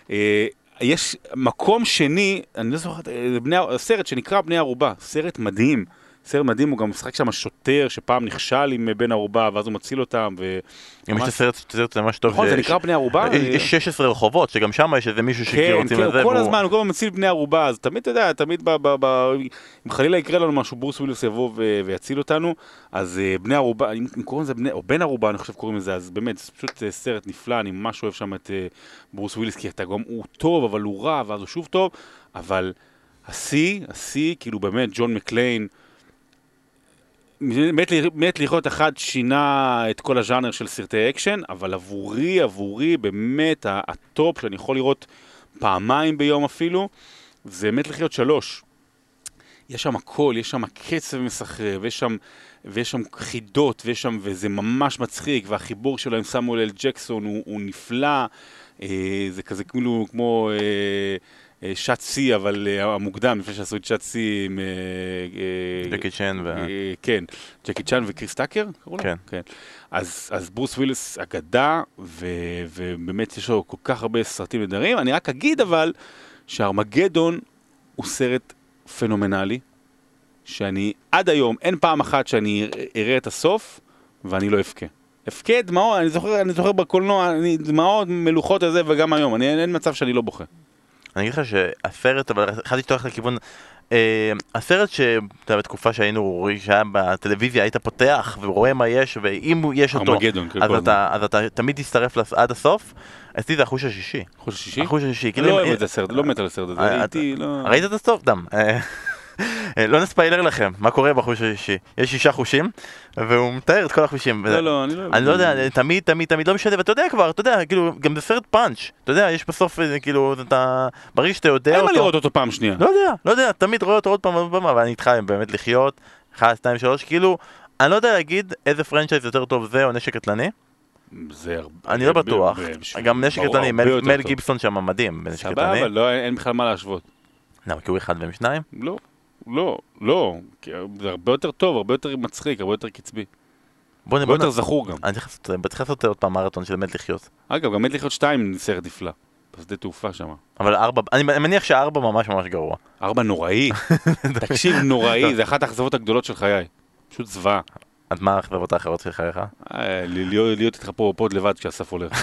יש מקום שני, אני לא זוכר, סרט שנקרא בני ערובה, סרט מדהים. סרט מדהים, הוא גם משחק שם שוטר שפעם נכשל עם בן ערובה ואז הוא מציל אותם.
אם יש סרט ממש טוב,
נכון, זה נקרא בני ערובה.
יש 16 רחובות, שגם שם יש איזה מישהו שכיר רוצים לזה.
כן, כל הזמן, הוא כל הזמן מציל בני ערובה, אז תמיד, אתה יודע, תמיד אם חלילה יקרה לנו משהו, ברוס וויליס יבוא ויציל אותנו, אז בני ערובה, אם קוראים לזה או בן ערובה, אני חושב קוראים לזה, אז באמת, זה פשוט סרט נפלא, אני ממש אוהב שם את ברוס וויליס, כי אתה גם, הוא טוב, אבל הוא רע, ואז הוא שוב טוב, אבל השיא, כאילו באמת, ג'ון מקליין, באמת לראות אחד שינה את כל הז'אנר של סרטי אקשן, אבל עבורי באמת הטופ שאני יכול לראות פעמיים ביום אפילו, זה באמת לחיות 3. יש שם הכל, יש שם קצב מסחרר, ויש שם חידות, וזה ממש מצחיק, והחיבור שלו עם סמואל אל ג'קסון הוא נפלא, זה כזה כמו שעת סי, אבל המוקדם, לפני שעשו את שעת סי עם...
ג'קי צ'ן
כן, ג'קי צ'ן וקריס טאקר, קראו לו? כן. אז ברוס וויליס אגדה, ובאמת יש לו כל כך הרבה סרטים נהדרים. אני רק אגיד אבל, שארמגדון הוא סרט פנומנלי, שאני עד היום, אין פעם אחת שאני אראה את הסוף, ואני לא אפקה. אפקה דמעות, אני זוכר בקולנוע, דמעות מלוכות על זה, וגם היום, אין מצב שאני לא בוכה.
אני אגיד לך שהסרט, אבל חייתי שתוך לכיוון, הסרט שבתקופה שהיינו רואים, שהיה בטלוויזיה, היית פותח ורואה מה יש, ואם יש אותו, אז אתה תמיד תצטרף עד הסוף. אצלי זה החוש השישי.
החוש השישי?
החוש השישי.
לא אוהב את הסרט, לא מת על הסרט הזה.
ראית את הסוף? דם. לא נספיילר לכם, מה קורה בחוש השישי. יש 6 חושים, והוא מתאר את כל החושים.
לא, אני לא...
אני לא יודע, תמיד לא משנה, ואתה יודע כבר, אתה יודע, כאילו, גם זה סרט פאנץ', אתה יודע, יש בסוף, כאילו, אתה... ברגע שאתה יודע אותו...
אין מה לראות אותו פעם שנייה.
לא יודע, תמיד רואה אותו עוד פעם, אבל אני איתך באמת לחיות, 1, 2, 3, כאילו, אני לא יודע להגיד איזה פרנצ'ייז יותר טוב זה, או נשק קטלני. אני לא בטוח, גם נשק קטלני, מל גיבסון שם מדהים בנשק קטלני.
סבבה, אבל אין בכלל מה להשוות.
למה, כי הוא 1 והם 2?
לא, זה הרבה יותר טוב, הרבה יותר מצחיק, הרבה יותר קצבי. הרבה יותר זכור גם.
אני צריך לעשות עוד פעם מרתון של מת לחיות.
אגב, גם מת לחיות 2 סרט נפלא, בשדה תעופה שם.
אבל 4, אני מניח ש4 ממש גרוע.
4 נוראי, תקשיב נוראי, זה אחת האכזבות הגדולות של חיי, פשוט זוועה.
אז מה האכזבות האחרות של חייך?
להיות איתך פה בפוד לבד כשאסף הולך.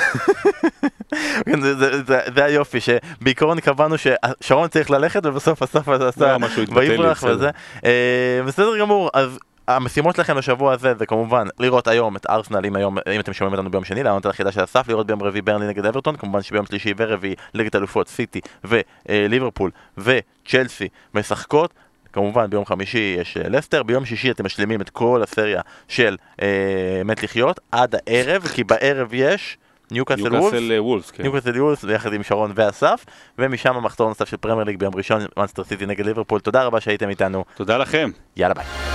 זה היופי, שבעיקרון קבענו ששרון צריך ללכת ובסוף אסף עשה ויברח וזה. בסדר גמור, אז המשימות לכם לשבוע הזה זה כמובן לראות היום את ארסנל, אם אתם שומעים אותנו ביום שני, לענות על החידה של אסף, לראות ביום רביעי ברנלי נגד אברטון, כמובן שביום שלישי ורביעי ליגת אלופות סיטי וליברפול וצ'לסי משחקות. כמובן ביום חמישי יש לסטר, ביום שישי אתם משלימים את כל הסריה של מת לחיות עד הערב, כי בערב יש ניוקאסל וולפס ביחד עם שרון ואסף, ומשם המחזור נוסף של פרמייר ליג ביום ראשון, מנצ'סטר סיטי נגד ליברפול. תודה רבה שהייתם איתנו.
תודה לכם.
יאללה ביי.